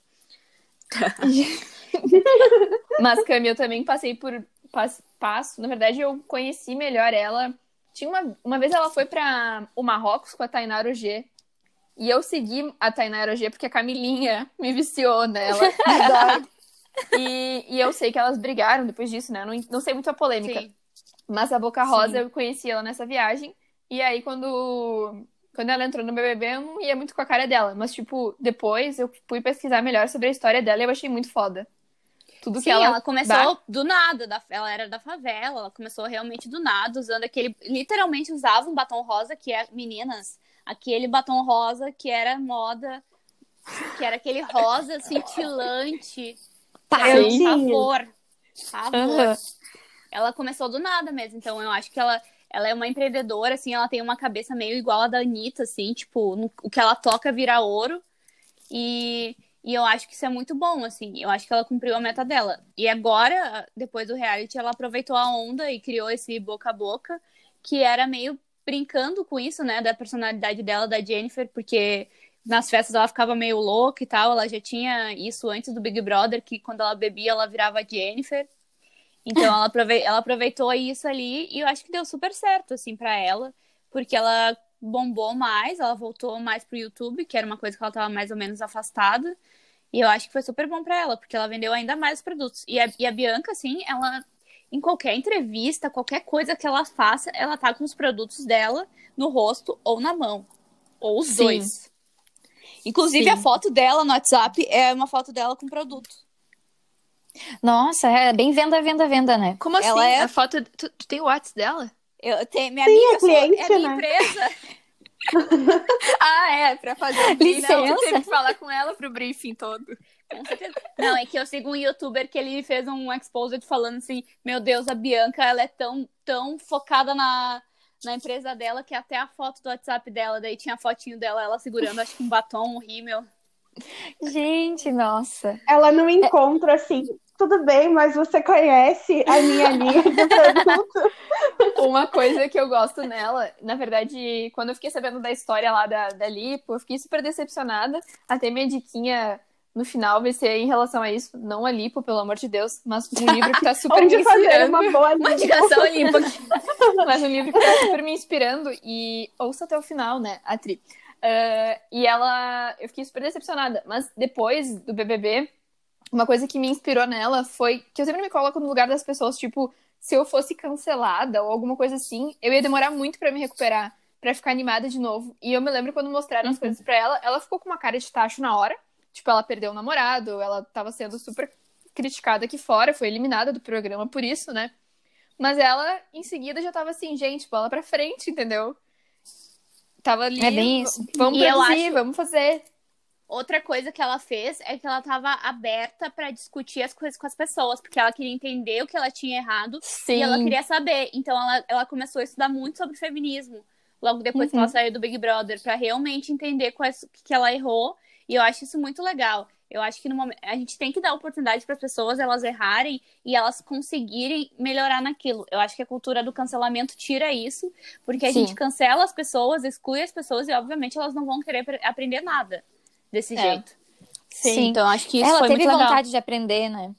Mas, Cami, eu também passei por passo. Na verdade, eu conheci melhor ela. Tinha uma vez ela foi para o Marrocos com a Tainara G. E eu segui a Tainara G porque a Camilinha me viciou nela. E eu sei que elas brigaram depois disso, né? Não sei muito a polêmica. Sim. Mas a Boca Rosa, eu conheci ela nessa viagem. E aí, quando ela entrou no BBB, eu não ia muito com a cara dela. Mas, tipo, depois eu fui pesquisar melhor sobre a história dela e eu achei muito foda. Tudo Sim, que ela começou do nada. Ela era da favela, ela começou realmente do nada, usando aquele... Literalmente usava um batom rosa, que é... Meninas, aquele batom rosa que era moda, que era aquele rosa cintilante. Eu tinha. Favor. Uhum. Ela começou do nada mesmo, então eu acho que ela é uma empreendedora, assim, ela tem uma cabeça meio igual a da Anitta, assim, tipo, o que ela toca vira ouro, e eu acho que isso é muito bom, assim, eu acho que ela cumpriu a meta dela. E agora, depois do reality, ela aproveitou a onda e criou esse boca a boca, que era meio brincando com isso, né, da personalidade dela, da Jennifer, porque nas festas ela ficava meio louca e tal, ela já tinha isso antes do Big Brother, que quando ela bebia, ela virava a Jennifer. Então ela aproveitou isso ali e eu acho que deu super certo, assim, pra ela, porque ela bombou mais, ela voltou mais pro YouTube, que era uma coisa que ela tava mais ou menos afastada, e eu acho que foi super bom pra ela, porque ela vendeu ainda mais produtos. E a Bianca, assim, ela, em qualquer entrevista, qualquer coisa que ela faça, ela tá com os produtos dela no rosto ou na mão, ou os dois. Inclusive, a foto dela no WhatsApp é uma foto dela com produto. Nossa, é bem venda, né? Como assim? Ela A foto... Tu tem o WhatsApp dela? Eu tenho, minha Sim, amiga, é cliente, é minha né? empresa. Pra fazer o briefing. Não, tu Licença. teve que falar com ela pro briefing todo. Com certeza. Não, é que eu sigo um youtuber que ele fez um exposed falando assim, meu Deus, a Bianca, ela é tão focada na empresa dela que até a foto do WhatsApp dela, daí tinha a fotinho dela, ela segurando, acho que um batom, um rímel. Gente, nossa. Ela não encontra assim, tudo bem, mas você conhece a minha linha de produto? Uma coisa que eu gosto nela, na verdade, quando eu fiquei sabendo da história lá da Lipo, eu fiquei super decepcionada. Até minha diquinha no final vai ser em relação a isso, não a Lipo, pelo amor de Deus, mas um livro que tá super Onde me fazer inspirando. uma boa Uma linha. indicação limpa. Mas um livro que tá super me inspirando e ouça até o final, né, a Tri. E eu fiquei super decepcionada, mas depois do BBB, uma coisa que me inspirou nela foi que eu sempre me coloco no lugar das pessoas, tipo, se eu fosse cancelada ou alguma coisa assim, eu ia demorar muito pra me recuperar, pra ficar animada de novo. E eu me lembro quando mostraram as coisas pra ela, ela ficou com uma cara de tacho na hora, tipo, ela perdeu o namorado, ela tava sendo super criticada aqui fora, foi eliminada do programa por isso, né? Mas ela, em seguida, já tava assim, gente, bola pra frente, entendeu? Tava ali, É bem isso. vamos E eu produzir, acho- vamos fazer. outra coisa que ela fez é que ela estava aberta para discutir as coisas com as pessoas, porque ela queria entender o que ela tinha errado e ela queria saber. Então ela começou a estudar muito sobre feminismo logo depois que ela saiu do Big Brother, para realmente entender o que ela errou. E eu acho isso muito legal. Eu acho que no momento a gente tem que dar oportunidade para as pessoas elas errarem e elas conseguirem melhorar naquilo. Eu acho que a cultura do cancelamento tira isso, porque a gente cancela as pessoas, exclui as pessoas e, obviamente, elas não vão querer aprender nada desse jeito. Sim. Então, acho que isso ela foi muito legal. Ela teve vontade de aprender, né?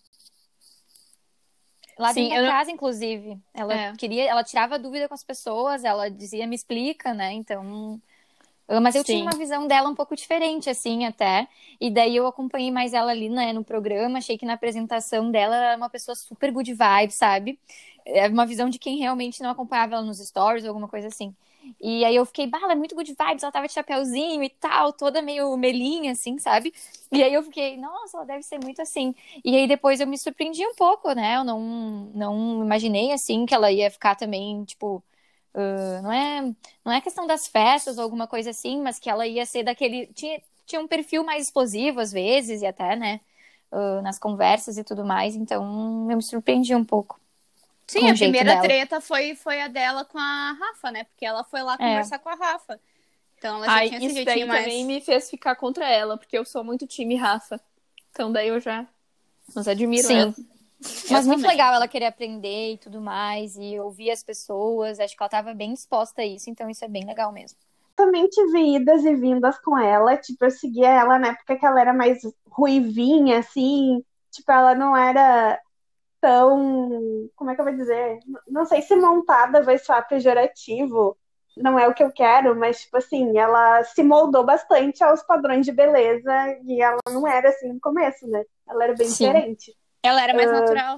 Lá dentro da casa, inclusive. Ela tirava dúvida com as pessoas, ela dizia, me explica, né? Então... Mas eu tinha uma visão dela um pouco diferente, assim, até. E daí eu acompanhei mais ela ali, né, no programa. Achei que na apresentação dela ela era uma pessoa super good vibe, sabe? É uma visão de quem realmente não acompanhava ela nos stories ou alguma coisa assim. E aí eu fiquei, ela é muito good vibes, ela tava de chapéuzinho e tal, toda meio melinha, assim, sabe? E aí eu fiquei, nossa, ela deve ser muito assim. E aí depois eu me surpreendi um pouco, né? Eu não imaginei, assim, que ela ia ficar também, tipo... não é questão das festas ou alguma coisa assim, mas que ela ia ser daquele... Tinha um perfil mais explosivo, às vezes, e até, né? Nas conversas e tudo mais. Então, eu me surpreendi um pouco. Sim, a primeira treta foi a dela com a Rafa, né? Porque ela foi lá conversar com a Rafa. Então, ela já tinha esse isso jeitinho daí também me fez ficar contra ela, porque eu sou muito time Rafa. Então, daí eu já... Mas admiro ela. Mas muito legal ela querer aprender e tudo mais, e ouvir as pessoas. Acho que ela estava bem disposta a isso, então isso é bem legal mesmo. Também tive idas e vindas com ela, tipo, eu seguia ela na época que ela era mais ruivinha, assim, tipo, ela não era tão, como é que eu vou dizer? Não sei se montada vai soar pejorativo, não é o que eu quero, mas, tipo assim, ela se moldou bastante aos padrões de beleza e ela não era assim no começo, né? Ela era bem diferente. Ela era mais natural.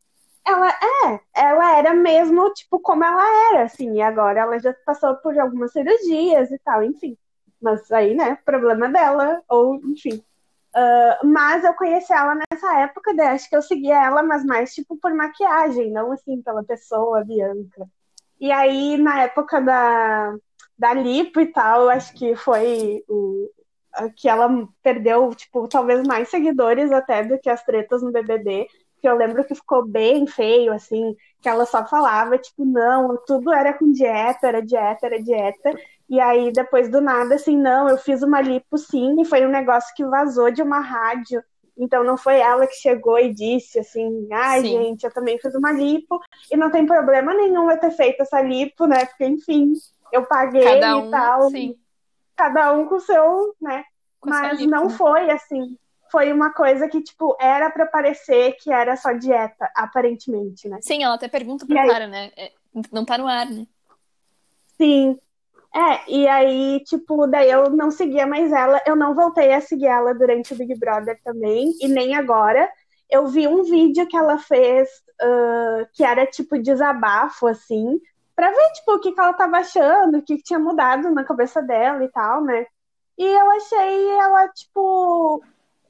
Ela era mesmo, tipo, como ela era, assim, e agora ela já passou por algumas cirurgias e tal, enfim. Mas aí, né, problema dela, ou, enfim. Mas eu conheci ela nessa época, daí acho que eu seguia ela, mas mais, tipo, por maquiagem, não, assim, pela pessoa, Bianca. E aí, na época da lipo e tal, eu acho que foi que ela perdeu, tipo, talvez mais seguidores até do que as tretas no BBB, que eu lembro que ficou bem feio, assim, que ela só falava, tipo, não, tudo era com dieta, era dieta, era dieta. E aí, depois do nada, assim, não, eu fiz uma lipo sim, e foi um negócio que vazou de uma rádio. Então, não foi ela que chegou e disse, assim, gente, eu também fiz uma lipo, e não tem problema nenhum eu ter feito essa lipo, né? Porque, enfim, eu paguei e tal. Sim. Cada um com o seu, né? Mas não foi assim. Foi uma coisa que, tipo, era pra parecer que era só dieta, aparentemente, né? Sim, ela até pergunta pro cara, né? Não tá no ar, né? Sim. E aí, tipo, daí eu não seguia mais ela. Eu não voltei a seguir ela durante o Big Brother também, e nem agora. Eu vi um vídeo que ela fez, que era, tipo, desabafo, assim, pra ver, tipo, o que ela tava achando, o que tinha mudado na cabeça dela e tal, né? E eu achei ela, tipo,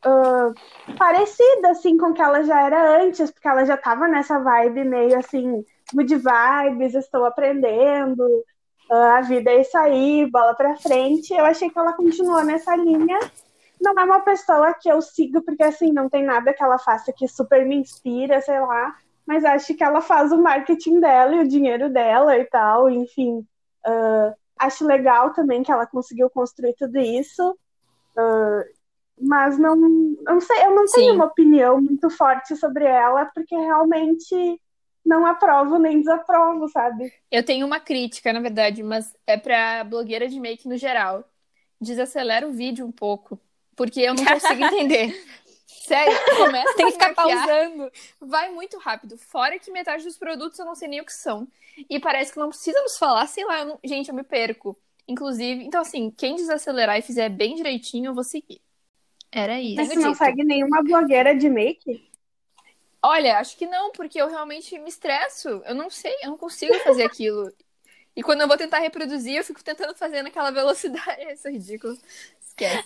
parecida, assim, com o que ela já era antes, porque ela já tava nessa vibe meio, assim, good vibes, estou aprendendo, a vida é isso aí, bola pra frente. Eu achei que ela continuou nessa linha. Não é uma pessoa que eu sigo, porque, assim, não tem nada que ela faça que super me inspira, sei lá, mas acho que ela faz o marketing dela e o dinheiro dela e tal, enfim. Acho legal também que ela conseguiu construir tudo isso, mas não sei, eu não tenho uma opinião muito forte sobre ela, porque realmente não aprovo nem desaprovo, sabe? Eu tenho uma crítica, na verdade, mas é pra blogueira de make no geral. Desacelera o vídeo um pouco, porque eu não consigo entender. Sério, começa tem que ficar pausando. Vai muito rápido. Fora que metade dos produtos eu não sei nem o que são. E parece que não precisa nos falar, sei lá, gente, eu me perco. Inclusive, então assim, quem desacelerar e fizer bem direitinho, eu vou seguir. Era isso. Mas você não segue nenhuma blogueira de make? Olha, acho que não, porque eu realmente me estresso. Eu não sei, eu não consigo fazer aquilo. E quando eu vou tentar reproduzir, eu fico tentando fazer naquela velocidade. Isso é ridículo. Esquece.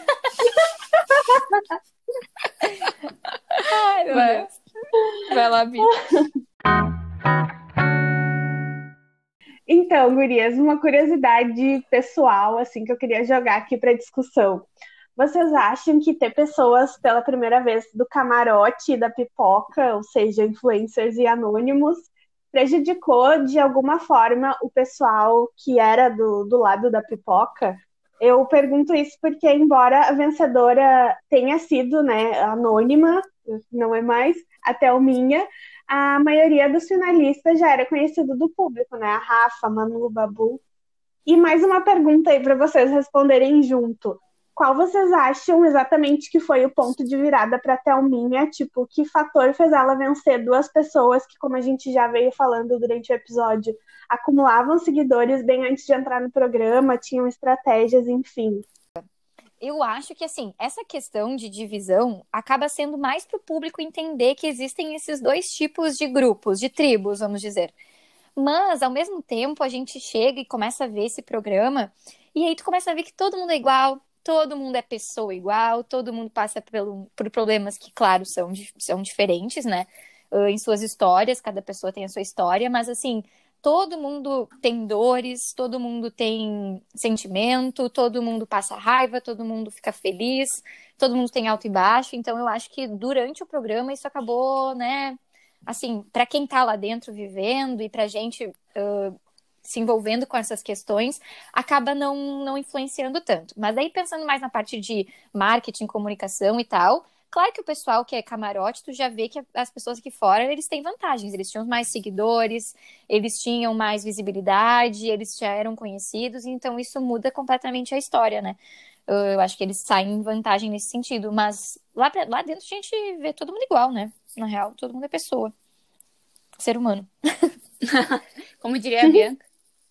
Ai, meu Deus. Vai lá, Bi. Então, gurias, uma curiosidade pessoal, assim, que eu queria jogar aqui para discussão. Vocês acham que ter pessoas pela primeira vez do camarote e da pipoca, ou seja, influencers e anônimos, prejudicou de alguma forma o pessoal que era do lado da pipoca? Eu pergunto isso porque, embora a vencedora tenha sido, né, anônima, não é mais, a Thelminha, a maioria dos finalistas já era conhecido do público, né? A Rafa, a Manu, o Babu. E mais uma pergunta aí para vocês responderem junto. Qual vocês acham exatamente que foi o ponto de virada para a Thelminha? Tipo, que fator fez ela vencer duas pessoas que, como a gente já veio falando durante o episódio, acumulavam seguidores bem antes de entrar no programa, tinham estratégias, enfim. Eu acho que, assim, essa questão de divisão acaba sendo mais para o público entender que existem esses dois tipos de grupos, de tribos, vamos dizer. Mas, ao mesmo tempo, a gente chega e começa a ver esse programa, e aí tu começa a ver que todo mundo é igual, todo mundo é pessoa igual, todo mundo passa por problemas que, claro, são diferentes, né? Em suas histórias, cada pessoa tem a sua história, mas, assim, todo mundo tem dores, todo mundo tem sentimento, todo mundo passa raiva, todo mundo fica feliz, todo mundo tem alto e baixo. Então, eu acho que durante o programa isso acabou, né? Assim, para quem tá lá dentro vivendo e pra gente se envolvendo com essas questões, acaba não influenciando tanto. Mas aí, pensando mais na parte de marketing, comunicação e tal, claro que o pessoal que é camarote, tu já vê que as pessoas aqui fora, eles têm vantagens. Eles tinham mais seguidores, eles tinham mais visibilidade, eles já eram conhecidos, então isso muda completamente a história, né? Eu acho que eles saem em vantagem nesse sentido, mas lá dentro a gente vê todo mundo igual, né? Na real, todo mundo é pessoa. Ser humano. Como diria a Bianca.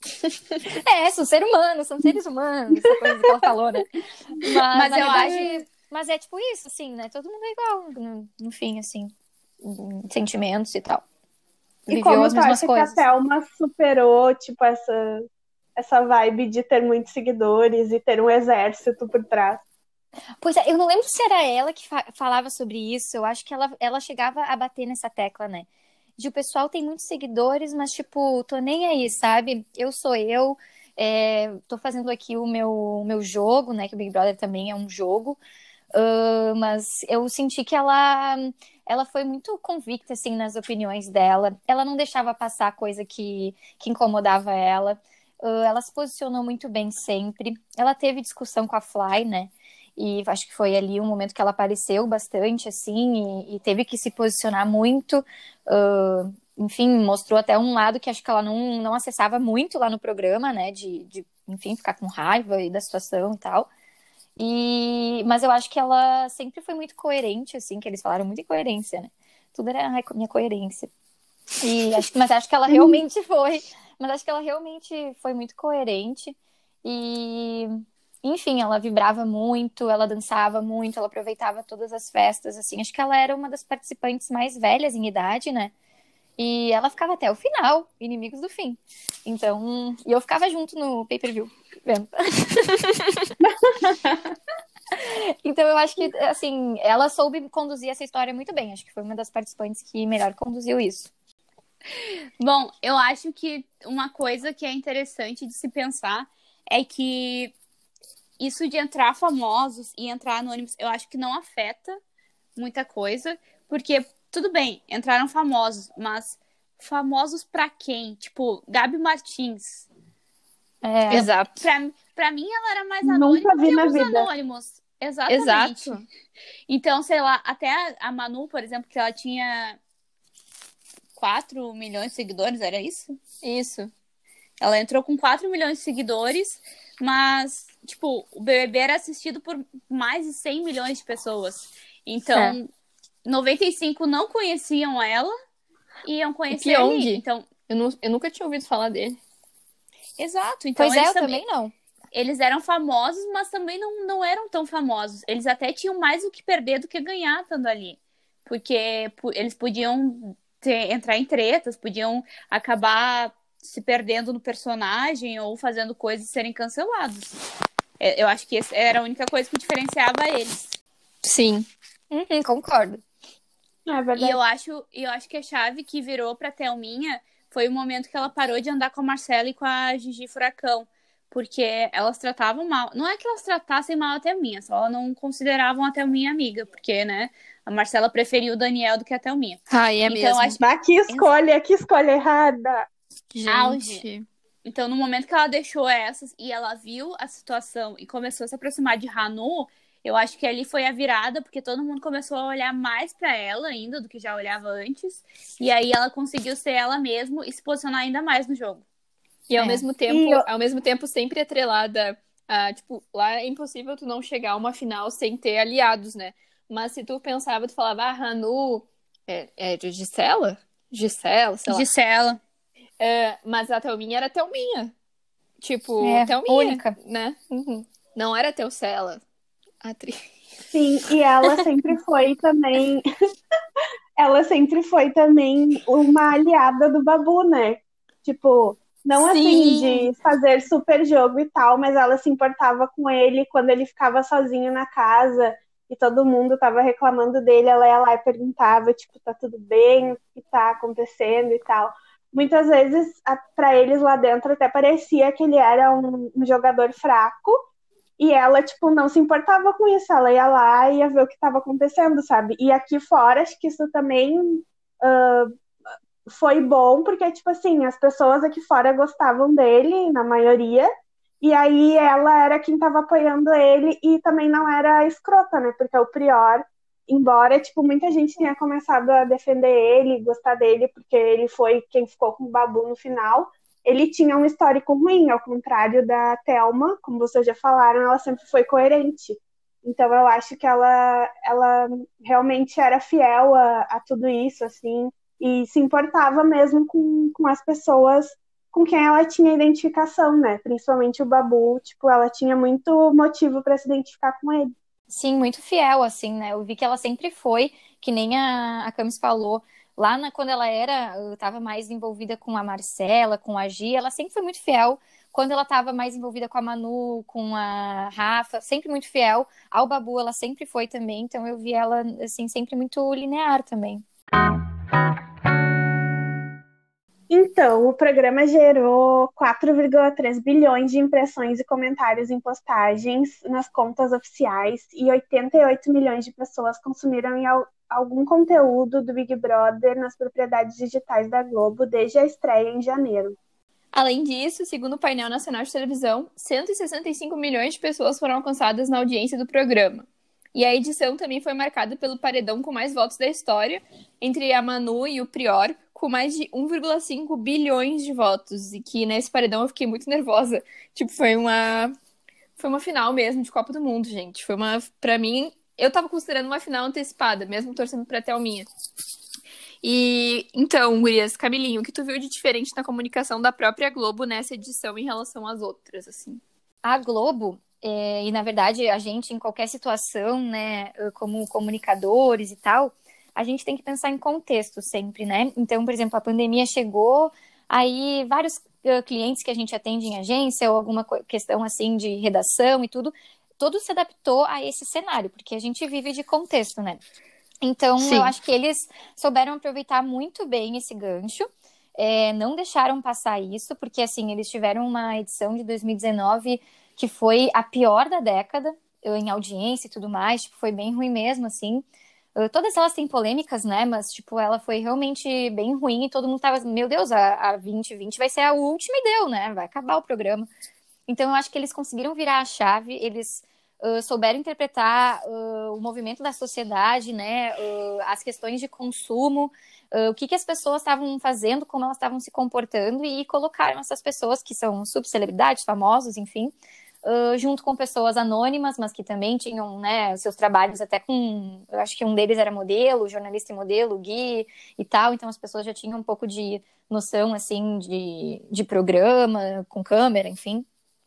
São seres humanos, essa coisa que ela falou, né? Mas eu verdade, acho... Mas é tipo isso, assim, né? Todo mundo é igual, no fim, assim, em sentimentos e tal. E Viveu como as tu mesmas acha coisas. que a Thelma superou, tipo, essa vibe de ter muitos seguidores e ter um exército por trás? Pois é, eu não lembro se era ela que falava sobre isso. Eu acho que ela chegava a bater nessa tecla, né? De o pessoal tem muitos seguidores, mas, tipo, tô nem aí, sabe? Eu sou eu, tô fazendo aqui o meu jogo, né? Que o Big Brother também é um jogo. Mas eu senti que ela foi muito convicta, assim, nas opiniões dela. Ela não deixava passar coisa que incomodava ela. Ela se posicionou muito bem sempre. Ela teve discussão com a Fly, né? E acho que foi ali um momento que ela apareceu bastante, assim, e teve que se posicionar muito. Enfim, mostrou até um lado que acho que ela não acessava muito lá no programa, né? Enfim, ficar com raiva e da situação e tal. Mas eu acho que ela sempre foi muito coerente, assim, que eles falaram muito em coerência, né? Tudo era minha coerência. Mas acho que ela realmente foi. Mas acho que ela realmente foi muito coerente. E, enfim, ela vibrava muito, ela dançava muito, ela aproveitava todas as festas, assim. Acho que ela era uma das participantes mais velhas em idade, né? E ela ficava até o final, Inimigos do Fim. Então, e eu ficava junto no pay-per-view, vendo. Então, eu acho que, assim, ela soube conduzir essa história muito bem. Acho que foi uma das participantes que melhor conduziu isso. Bom, eu acho que uma coisa que é interessante de se pensar é que isso de entrar famosos e entrar anônimos, eu acho que não afeta muita coisa, porque, tudo bem, entraram famosos, mas famosos pra quem? Tipo, Gabi Martins. Exato. Pra mim, ela era mais anônima que os anônimos. Exatamente. Exato. Então, sei lá, até a Manu, por exemplo, que ela tinha 4 milhões de seguidores, era isso? Isso. Ela entrou com 4 milhões de seguidores, mas, tipo, o BBB era assistido por mais de 100 milhões de pessoas. Então, 95 não conheciam ela e iam conhecer a Aline. Então, eu nunca tinha ouvido falar dele. Exato. Então, pois eu também não. Eles eram famosos, mas também não eram tão famosos. Eles até tinham mais o que perder do que ganhar estando ali. Porque eles podiam entrar em tretas, podiam acabar se perdendo no personagem ou fazendo coisas e serem cancelados. Eu acho que essa era a única coisa que diferenciava eles. Sim. Concordo. É verdade. E eu acho que a chave que virou pra Thelminha foi o momento que ela parou de andar com a Marcela e com a Gigi Furacão. porque elas tratavam mal. Não é que elas tratassem mal a Thelminha, só elas não consideravam a Thelminha amiga, porque, né, a Marcela preferiu o Daniel do que a Thelminha. Ai, é Então, mesmo. acho Mas que escolha errada. Gente. Então, no momento que ela deixou essas e ela viu a situação e começou a se aproximar de Hanu, eu acho que ali foi a virada, porque todo mundo começou a olhar mais pra ela ainda do que já olhava antes. E aí ela conseguiu ser ela mesma e se posicionar ainda mais no jogo. E ao mesmo tempo sempre atrelada a, tipo, lá é impossível tu não chegar a uma final sem ter aliados, né? Mas se tu pensava, tu falava, Hanu é de Gisela? Gisela, sei lá. Gisela. Mas a Thelminha era Thelminha. Tipo, Thelminha, única, né? Uhum. Não era Teucela, a atriz. Sim, e ela sempre foi também. Ela sempre foi também uma aliada do Babu, né? Tipo, não assim de fazer super jogo e tal, mas ela se importava com ele quando ele ficava sozinho na casa e todo mundo tava reclamando dele, ela ia lá e perguntava, tipo, tá tudo bem, o que tá acontecendo e tal. Muitas vezes, para eles lá dentro, até parecia que ele era um jogador fraco, e ela, tipo, não se importava com isso. Ela ia lá e ia ver o que estava acontecendo, sabe? E aqui fora, acho que isso também foi bom, porque, tipo assim, as pessoas aqui fora gostavam dele, na maioria, e aí ela era quem estava apoiando ele e também não era escrota, né? Porque o Prior, embora, tipo, muita gente tenha começado a defender ele, gostar dele, porque ele foi quem ficou com o Babu no final, ele tinha um histórico ruim, ao contrário da Thelma, como vocês já falaram, ela sempre foi coerente. Então eu acho que ela realmente era fiel a tudo isso, assim, e se importava mesmo com as pessoas com quem ela tinha identificação, né? Principalmente o Babu, tipo, ela tinha muito motivo para se identificar com ele. Sim, muito fiel, assim, né? Eu vi que ela sempre foi, que nem a Camis falou, quando ela estava mais envolvida com a Marcela, com a Gia, ela sempre foi muito fiel. Quando ela estava mais envolvida com a Manu, com a Rafa, sempre muito fiel. Ao Babu, ela sempre foi também, então eu vi ela, assim, sempre muito linear também. Então, o programa gerou 4,3 bilhões de impressões e comentários em postagens nas contas oficiais e 88 milhões de pessoas consumiram algum conteúdo do Big Brother nas propriedades digitais da Globo desde a estreia em janeiro. Além disso, segundo o painel nacional de televisão, 165 milhões de pessoas foram alcançadas na audiência do programa. E a edição também foi marcada pelo paredão com mais votos da história, entre a Manu e o Prior, com mais de 1,5 bilhões de votos. E que nesse paredão eu fiquei muito nervosa. Tipo, foi uma final mesmo de Copa do Mundo, gente. Pra mim, eu tava considerando uma final antecipada, mesmo torcendo pra Thelminha. E então, Gurias, Camilinho, o que tu viu de diferente na comunicação da própria Globo nessa edição em relação às outras, assim? A Globo, e na verdade a gente em qualquer situação, né, como comunicadores e tal, a gente tem que pensar em contexto sempre, né? Então, por exemplo, a pandemia chegou, aí vários clientes que a gente atende em agência ou alguma questão assim de redação e tudo se adaptou a esse cenário, porque a gente vive de contexto, né? Então, Sim. Eu acho que eles souberam aproveitar muito bem esse gancho, não deixaram passar isso, porque, assim, eles tiveram uma edição de 2019 que foi a pior da década, em audiência e tudo mais, tipo, foi bem ruim mesmo, assim. Todas elas têm polêmicas, né, mas, tipo, ela foi realmente bem ruim e todo mundo tava, meu Deus, a 2020 vai ser a última e deu, né, vai acabar o programa. Então, eu acho que eles conseguiram virar a chave, eles souberam interpretar o movimento da sociedade, né, as questões de consumo, o que as pessoas estavam fazendo, como elas estavam se comportando e colocaram essas pessoas que são subcelebridades, famosos, enfim, junto com pessoas anônimas, mas que também tinham, né, seus trabalhos até com, eu acho que um deles era modelo, jornalista e modelo, Gui e tal, então as pessoas já tinham um pouco de noção, assim, de programa, com câmera, enfim.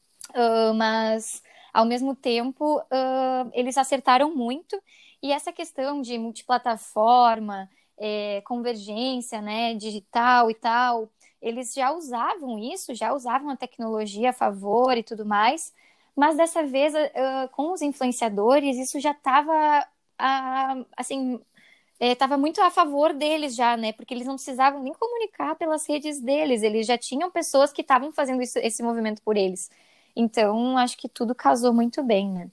Mas, ao mesmo tempo, eles acertaram muito. E essa questão de multiplataforma, convergência, né, digital e tal, eles já usavam isso, já usavam a tecnologia a favor e tudo mais. Mas, dessa vez, com os influenciadores, isso já estava, assim... estava muito a favor deles já, né? Porque eles não precisavam nem comunicar pelas redes deles. Eles já tinham pessoas que estavam fazendo esse movimento por eles. Então, acho que tudo casou muito bem, né?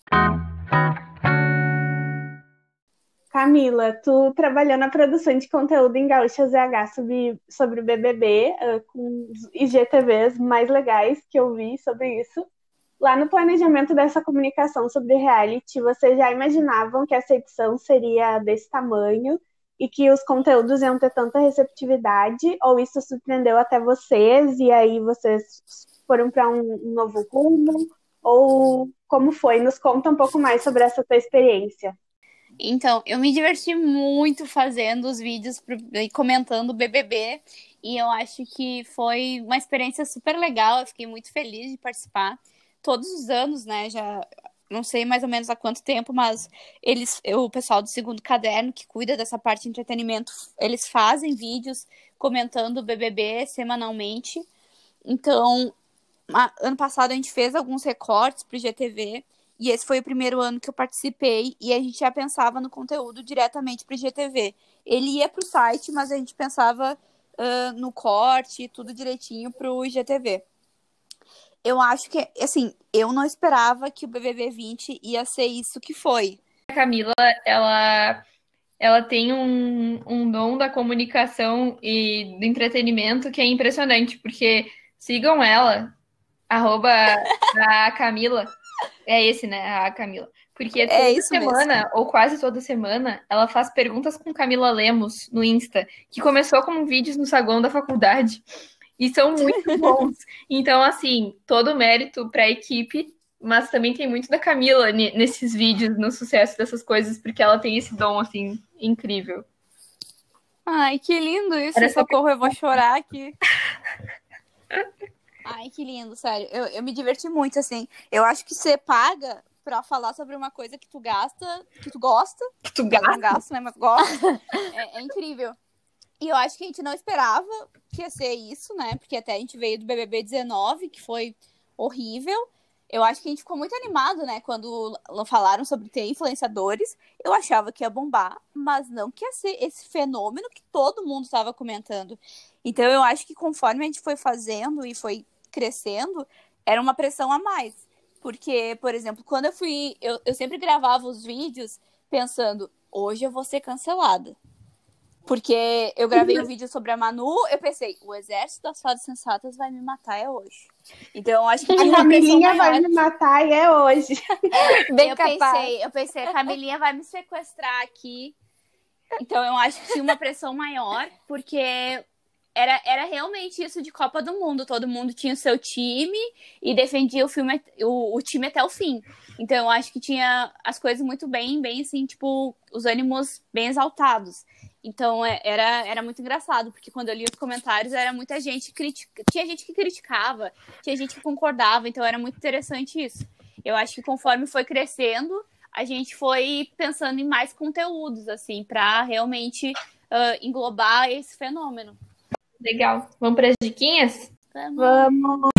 Camila, tu trabalhou na produção de conteúdo em Gaúcha ZH sobre o BBB, com os IGTVs mais legais que eu vi sobre isso. Lá no planejamento dessa comunicação sobre reality, vocês já imaginavam que essa edição seria desse tamanho e que os conteúdos iam ter tanta receptividade? Ou isso surpreendeu até vocês e aí vocês foram para um novo rumo? Ou como foi? Nos conta um pouco mais sobre essa tua experiência. Então, eu me diverti muito fazendo os vídeos e comentando o BBB. E eu acho que foi uma experiência super legal. Eu fiquei muito feliz de participar. Todos os anos, né? Já não sei mais ou menos há quanto tempo, mas o pessoal do Segundo Caderno, que cuida dessa parte de entretenimento, eles fazem vídeos comentando o BBB semanalmente. Então, ano passado a gente fez alguns recortes pro GTV. E esse foi o primeiro ano que eu participei e a gente já pensava no conteúdo diretamente para o IGTV. Ele ia para o site, mas a gente pensava no corte, tudo direitinho para o IGTV. Eu acho que, assim, eu não esperava que o BBB 20 ia ser isso que foi. A Camila, ela tem um dom da comunicação e do entretenimento que é impressionante, porque sigam ela, @a Camila. É esse, né? A Camila. Porque toda semana, mesmo. Ou quase toda semana, ela faz perguntas com Camila Lemos no Insta, que começou com vídeos no saguão da faculdade. E são muito bons. Então, assim, todo o mérito para a equipe, mas também tem muito da Camila nesses vídeos, no sucesso dessas coisas, porque ela tem esse dom, assim, incrível. Ai, que lindo isso. Socorro, eu vou chorar aqui. Ai, que lindo, sério. Eu me diverti muito, assim. Eu acho que você paga pra falar sobre uma coisa que tu gosta. Que tu gasta? Não gasto, né? Mas gosta. É incrível. E eu acho que a gente não esperava que ia ser isso, né? Porque até a gente veio do BBB 19, que foi horrível. Eu acho que a gente ficou muito animado, né? Quando falaram sobre ter influenciadores. Eu achava que ia bombar, mas não que ia ser esse fenômeno que todo mundo estava comentando. Então eu acho que conforme a gente foi fazendo e foi crescendo, era uma pressão a mais. Porque, por exemplo, quando eu sempre gravava os vídeos pensando, hoje eu vou ser cancelada. Porque eu gravei um vídeo sobre a Manu, eu pensei, o exército das fadas sensatas vai me matar hoje. Então, acho que tinha a Camilinha vai me matar e é hoje. Bem capaz. Eu pensei, a Camilinha vai me sequestrar aqui. Então, eu acho que tinha uma pressão maior, porque era realmente isso de Copa do Mundo. Todo mundo tinha o seu time e defendia o time até o fim. Então, eu acho que tinha as coisas muito bem assim, tipo, os ânimos bem exaltados. Então, era muito engraçado, porque quando eu li os comentários, era muita gente tinha gente que criticava, tinha gente que concordava, então era muito interessante isso. Eu acho que conforme foi crescendo, a gente foi pensando em mais conteúdos, assim, para realmente englobar esse fenômeno. Legal. Vamos para as diquinhas? Vamos!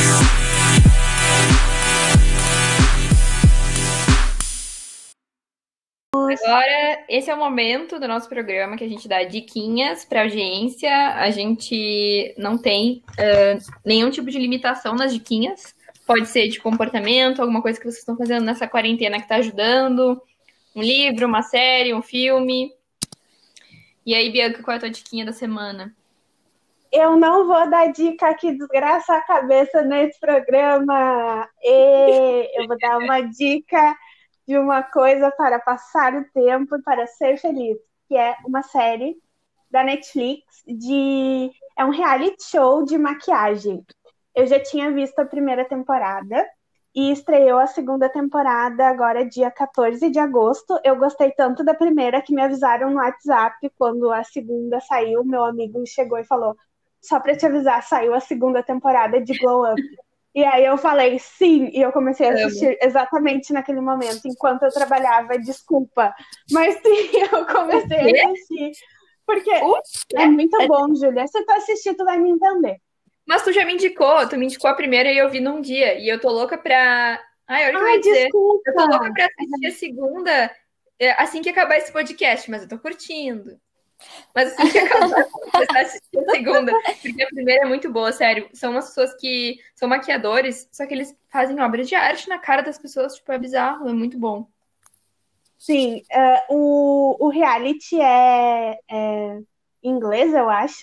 Agora, esse é o momento do nosso programa que a gente dá diquinhas para audiência. A gente não tem nenhum tipo de limitação nas diquinhas. Pode ser de comportamento, alguma coisa que vocês estão fazendo nessa quarentena que está ajudando. Um livro, uma série, um filme. E aí, Bianca, qual é a tua diquinha da semana? Eu não vou dar dica que desgraça a cabeça nesse programa. Eu vou dar uma dica de uma coisa para passar o tempo e para ser feliz, que é uma série da Netflix é um reality show de maquiagem. Eu já tinha visto a primeira temporada e estreou a segunda temporada agora dia 14 de agosto. Eu gostei tanto da primeira que me avisaram no WhatsApp quando a segunda saiu. Meu amigo chegou e falou, só para te avisar, saiu a segunda temporada de Glow Up. E aí eu falei sim, e eu comecei a assistir exatamente naquele momento, enquanto eu trabalhava, desculpa. Mas sim, eu comecei a assistir. Porque é muito bom, Júlia. Se tu assistir, tu vai me entender. Mas tu já me indicou, tu me indicou a primeira e eu vi num dia. E eu tô louca pra... olha o que eu ia dizer. Desculpa. Eu tô louca pra assistir a segunda assim que acabar esse podcast, mas eu tô curtindo. Mas assim que acabar, eu segunda, porque a primeira é muito boa, sério. São umas pessoas que são maquiadores, só que eles fazem obras de arte na cara das pessoas, tipo, é bizarro, é muito bom. Sim, o reality é inglês, eu acho.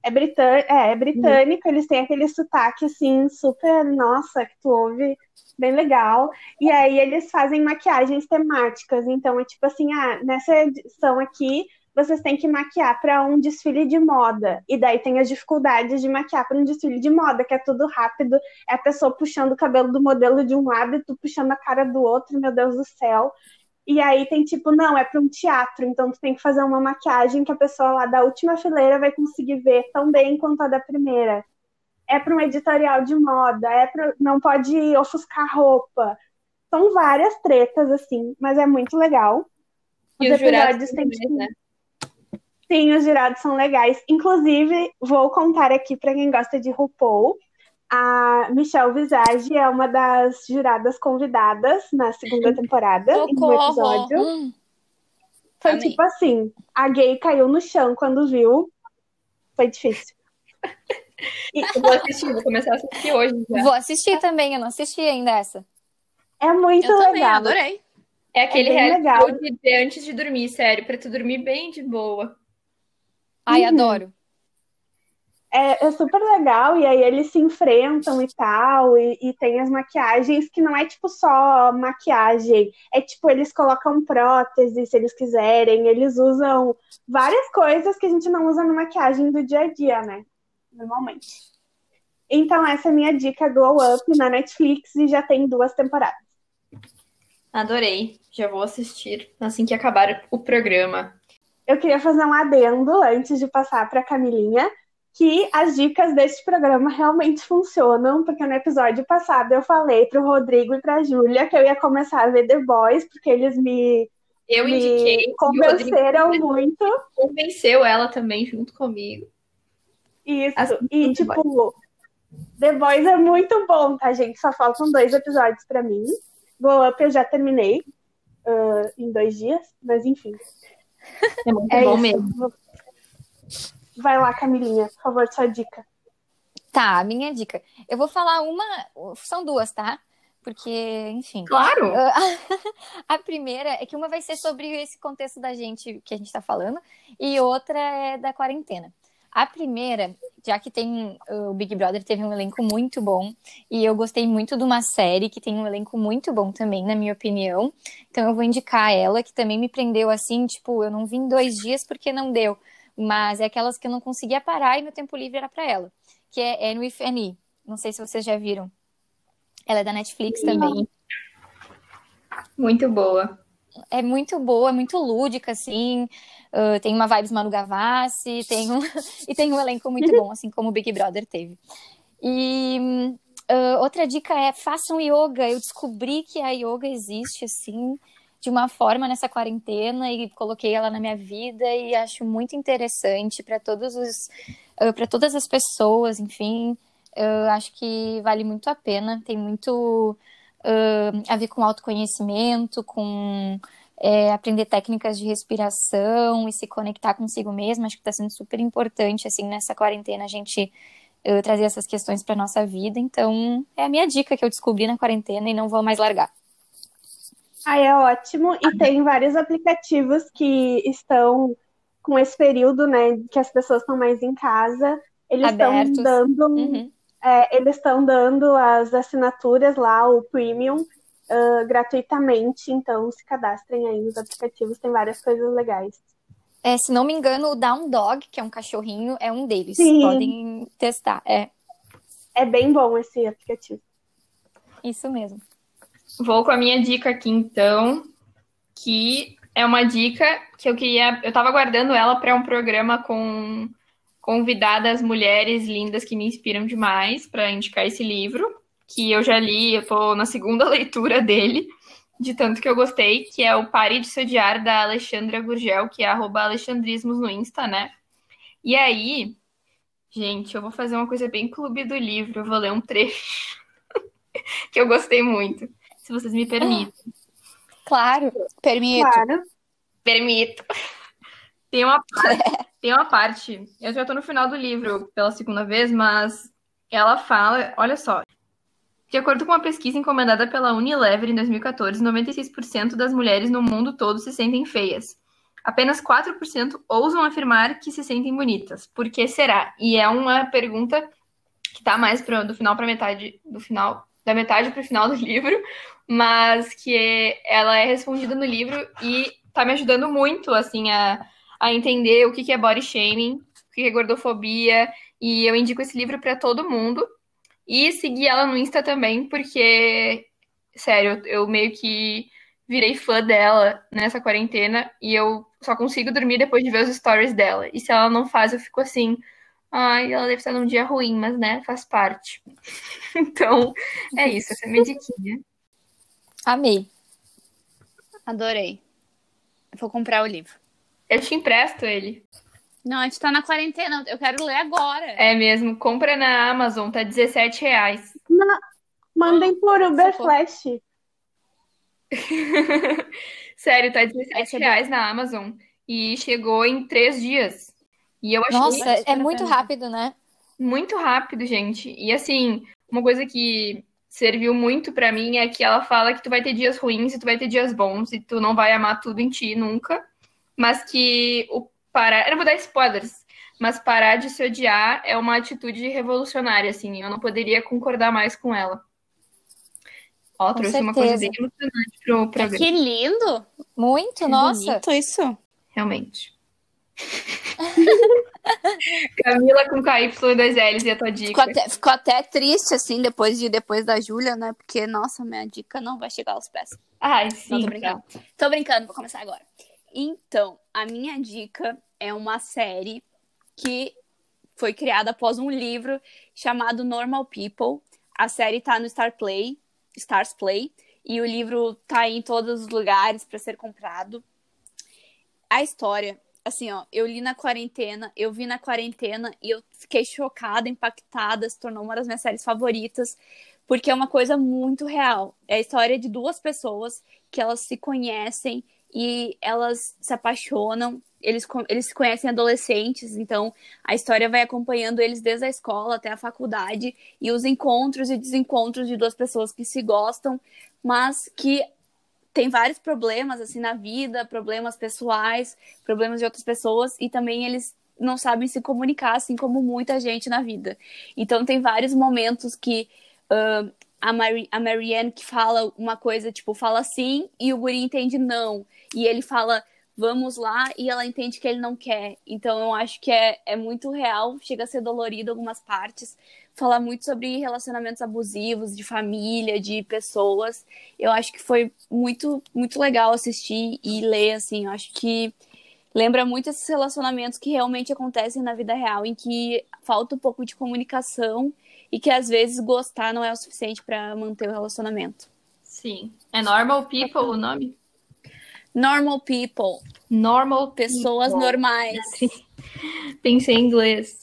É britânico, eles têm aquele sotaque, assim, super, nossa, que tu ouve, bem legal. E aí eles fazem maquiagens temáticas. Então, é tipo assim, nessa edição aqui, vocês têm que maquiar para um desfile de moda. E daí tem as dificuldades de maquiar para um desfile de moda, que é tudo rápido. É a pessoa puxando o cabelo do modelo de um lado e tu puxando a cara do outro, meu Deus do céu. E aí tem tipo, não, é para um teatro, então tu tem que fazer uma maquiagem que a pessoa lá da última fileira vai conseguir ver tão bem quanto a da primeira. É para um editorial de moda, não pode ofuscar roupa. São várias tretas, assim, mas é muito legal. E os jurados têm tipo, né? Sim, os jurados são legais. Inclusive, vou contar aqui para quem gosta de RuPaul, a Michelle Visage é uma das juradas convidadas na segunda temporada, em um episódio. Foi Amei. tipo assim, a gay caiu no chão quando viu. Foi difícil. Eu vou assistir, vou começar a assistir hoje já. Vou assistir também, eu não assisti ainda essa. É muito Eu legal. também, adorei. É aquele bem reality legal. show de ver antes de dormir, sério, pra tu dormir bem de boa. Ai, adoro. É super legal, e aí eles se enfrentam e tal, e tem as maquiagens que não é tipo só maquiagem, é tipo, eles colocam prótese se eles quiserem, eles usam várias coisas que a gente não usa na maquiagem do dia a dia, né? Normalmente. Então essa é a minha dica, Glow Up na Netflix, e já tem 2 temporadas. Adorei, já vou assistir assim que acabar o programa. Eu queria fazer um adendo antes de passar para Camilinha, que as dicas deste programa realmente funcionam, porque no episódio passado eu falei pro Rodrigo e pra Júlia que eu ia começar a ver The Boys, porque eles Eu indiquei, convenceram muito. Convenceu ela também junto comigo. Isso, e tipo, The Boys é muito bom, tá, gente? Só faltam 2 episódios pra mim. Glow Up eu já terminei em 2 dias, mas enfim. É muito bom isso mesmo. Vai lá, Camilinha, por favor, sua dica. Tá, minha dica. Eu vou falar são 2, tá? Porque, enfim. Claro! A primeira é que uma vai ser sobre esse contexto da gente, que a gente tá falando, e outra é da quarentena. A primeira, já que o Big Brother teve um elenco muito bom, e eu gostei muito de uma série que tem um elenco muito bom também, na minha opinião. Então eu vou indicar ela, que também me prendeu assim, tipo, eu não vi em 2 dias porque não deu. Mas é aquelas que eu não conseguia parar e meu tempo livre era pra ela. Que é Anne with Annie. Não sei se vocês já viram. Ela é da Netflix também. Muito boa. É muito boa, é muito lúdica, assim. Tem uma vibes Manu Gavassi. E tem um elenco muito bom, assim como o Big Brother teve. E outra dica é façam yoga. Eu descobri que a yoga existe, assim, de uma forma nessa quarentena e coloquei ela na minha vida e acho muito interessante para todas as pessoas, enfim, acho que vale muito a pena, tem muito a ver com autoconhecimento, com aprender técnicas de respiração e se conectar consigo mesma, acho que está sendo super importante, assim, nessa quarentena a gente trazer essas questões para nossa vida, então é a minha dica que eu descobri na quarentena e não vou mais largar. É ótimo, e tem vários aplicativos que estão com esse período, né, que as pessoas estão mais em casa, eles estão dando, eles estão dando as assinaturas lá, o Premium, gratuitamente, então se cadastrem aí nos aplicativos, tem várias coisas legais. Se não me engano, o Down Dog, que é um cachorrinho, é um deles. Sim. Podem testar. É bem bom esse aplicativo. Isso mesmo. Vou com a minha dica aqui, então, que é uma dica que eu tava guardando ela para um programa com convidadas mulheres lindas que me inspiram demais para indicar esse livro, que eu já li, eu tô na segunda leitura dele, de tanto que eu gostei, que é o Pare de Se Odiar, da Alexandra Gurgel, que é @alexandrismos no Insta, né? E aí, gente, eu vou fazer uma coisa bem clube do livro, eu vou ler um trecho que eu gostei muito. Se vocês me permitem. Claro, permito. Claro. Permito. Tem uma parte, eu já tô no final do livro pela segunda vez, mas ela fala, olha só, de acordo com uma pesquisa encomendada pela Unilever em 2014, 96% das mulheres no mundo todo se sentem feias. Apenas 4% ousam afirmar que se sentem bonitas. Por que será? E é uma pergunta que tá mais do final para metade do final, da metade para o final do livro, mas que ela é respondida no livro e tá me ajudando muito assim a entender o que é body shaming, o que é gordofobia, e eu indico esse livro para todo mundo. E seguir ela no Insta também, porque, sério, eu meio que virei fã dela nessa quarentena e eu só consigo dormir depois de ver os stories dela. E se ela não faz, eu fico assim, ai, ela deve estar num dia ruim, mas né, faz parte. Então, é isso, essa é a minha diquinha. Amei. Adorei. Eu vou comprar o livro. Eu te empresto ele. Não, a gente tá na quarentena, eu quero ler agora. É mesmo, compra na Amazon, tá R$17. Mandem por Uber Flash. Sério, tá R$17 na Amazon. E chegou em 3 dias. E eu achei... Nossa, é muito rápido, né? Muito rápido, gente. E assim, uma coisa que serviu muito pra mim é que ela fala que tu vai ter dias ruins e tu vai ter dias bons e tu não vai amar tudo em ti nunca. Mas que parar... Eu não vou dar spoilers, mas parar de se odiar é uma atitude revolucionária, assim. Eu não poderia concordar mais com ela. Ó, trouxe certeza. Uma coisa bem emocionante pro programa. Que lindo! Muito, nossa. Bonito isso. Realmente. Camila com KY e 2 L's e a tua dica. Ficou até triste, assim, depois da Júlia, né? Porque, nossa, minha dica não vai chegar aos pés. Ai, sim. Não, tô brincando. Tá. Tô brincando, vou começar agora. Então, a minha dica é uma série que foi criada após um livro chamado Normal People. A série tá no Stars Play, e o livro tá em todos os lugares para ser comprado. A história, assim, ó, eu vi na quarentena e eu fiquei chocada, impactada, se tornou uma das minhas séries favoritas, porque é uma coisa muito real. É a história de 2 pessoas que elas se conhecem e elas se apaixonam. Eles se conhecem adolescentes, então a história vai acompanhando eles desde a escola até a faculdade, e os encontros e desencontros de 2 pessoas que se gostam, mas que tem vários problemas assim na vida, problemas pessoais, problemas de outras pessoas, e também eles não sabem se comunicar, assim como muita gente na vida. Então tem vários momentos que a Marianne que fala uma coisa, tipo, fala sim, e o guri entende não, e ele fala vamos lá, e ela entende que ele não quer. Então eu acho que é muito real, chega a ser dolorido algumas partes, falar muito sobre relacionamentos abusivos, de família, de pessoas. Eu acho que foi muito, muito legal assistir e ler, assim. Eu acho que lembra muito esses relacionamentos que realmente acontecem na vida real, em que falta um pouco de comunicação e que às vezes gostar não é o suficiente para manter o relacionamento. Sim. É Normal People o nome? Normal People. Normal Pessoas people. normais. Pensei em inglês.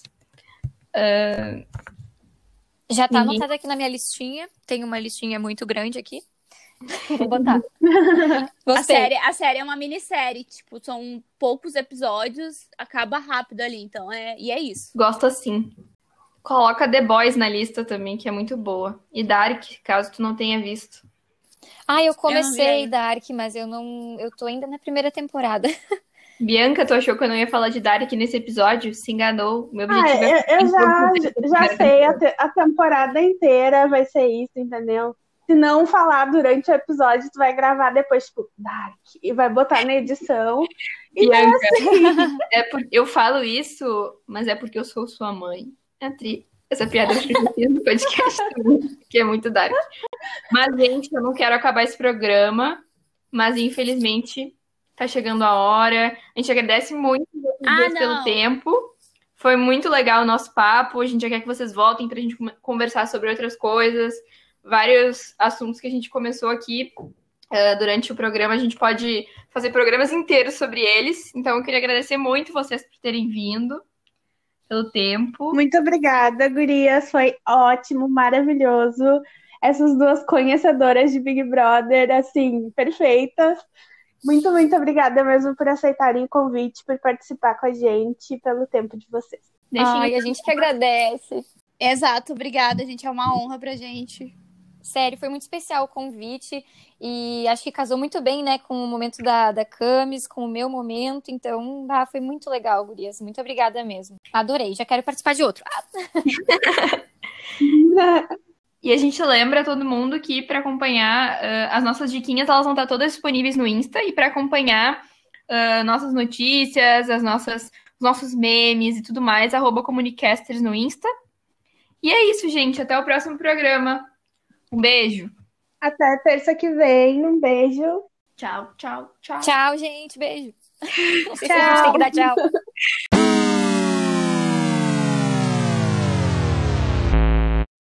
Já tá anotada aqui na minha listinha. Tem uma listinha muito grande aqui. Vou botar. A série é uma minissérie. Tipo, são poucos episódios, acaba rápido ali. Então, e é isso. Gosto assim. Coloca The Boys na lista também, que é muito boa. E Dark, caso tu não tenha visto. Eu comecei Dark, mas eu tô ainda na primeira temporada. Bianca, tu achou que eu não ia falar de Dark nesse episódio? Se enganou. Meu objetivo eu já sei, a temporada inteira vai ser isso, entendeu? Se não falar durante o episódio, tu vai gravar depois, tipo, Dark, e vai botar na edição. E Bianca, assim. eu falo isso, mas é porque eu sou sua mãe. Essa piada eu fiz no podcast também, que é muito Dark. Mas, gente, eu não quero acabar esse programa, mas infelizmente tá chegando a hora. A gente agradece muito vocês pelo tempo. Foi muito legal o nosso papo. A gente já quer que vocês voltem pra gente conversar sobre outras coisas. Vários assuntos que a gente começou aqui durante o programa. A gente pode fazer programas inteiros sobre eles. Então, eu queria agradecer muito vocês por terem vindo, pelo tempo. Muito obrigada, gurias. Foi ótimo, maravilhoso. Essas 2 conhecedoras de Big Brother, assim, perfeitas. Muito, muito obrigada mesmo por aceitarem o convite, por participar com a gente e pelo tempo de vocês. Ai, a gente que agradece. Exato, obrigada, gente. É uma honra pra gente. Sério, foi muito especial o convite e acho que casou muito bem, né, com o momento da Camis, com o meu momento. Então, foi muito legal, gurias. Muito obrigada mesmo. Adorei. Já quero participar de outro. E a gente lembra todo mundo que para acompanhar as nossas diquinhas, elas vão estar todas disponíveis no Insta. E para acompanhar nossas notícias, os nossos memes e tudo mais, @comunicasters no Insta. E é isso, gente. Até o próximo programa. Um beijo. Até terça que vem. Um beijo. Tchau, tchau, tchau. Tchau, gente. Beijo. Não sei se a gente tem que dar tchau.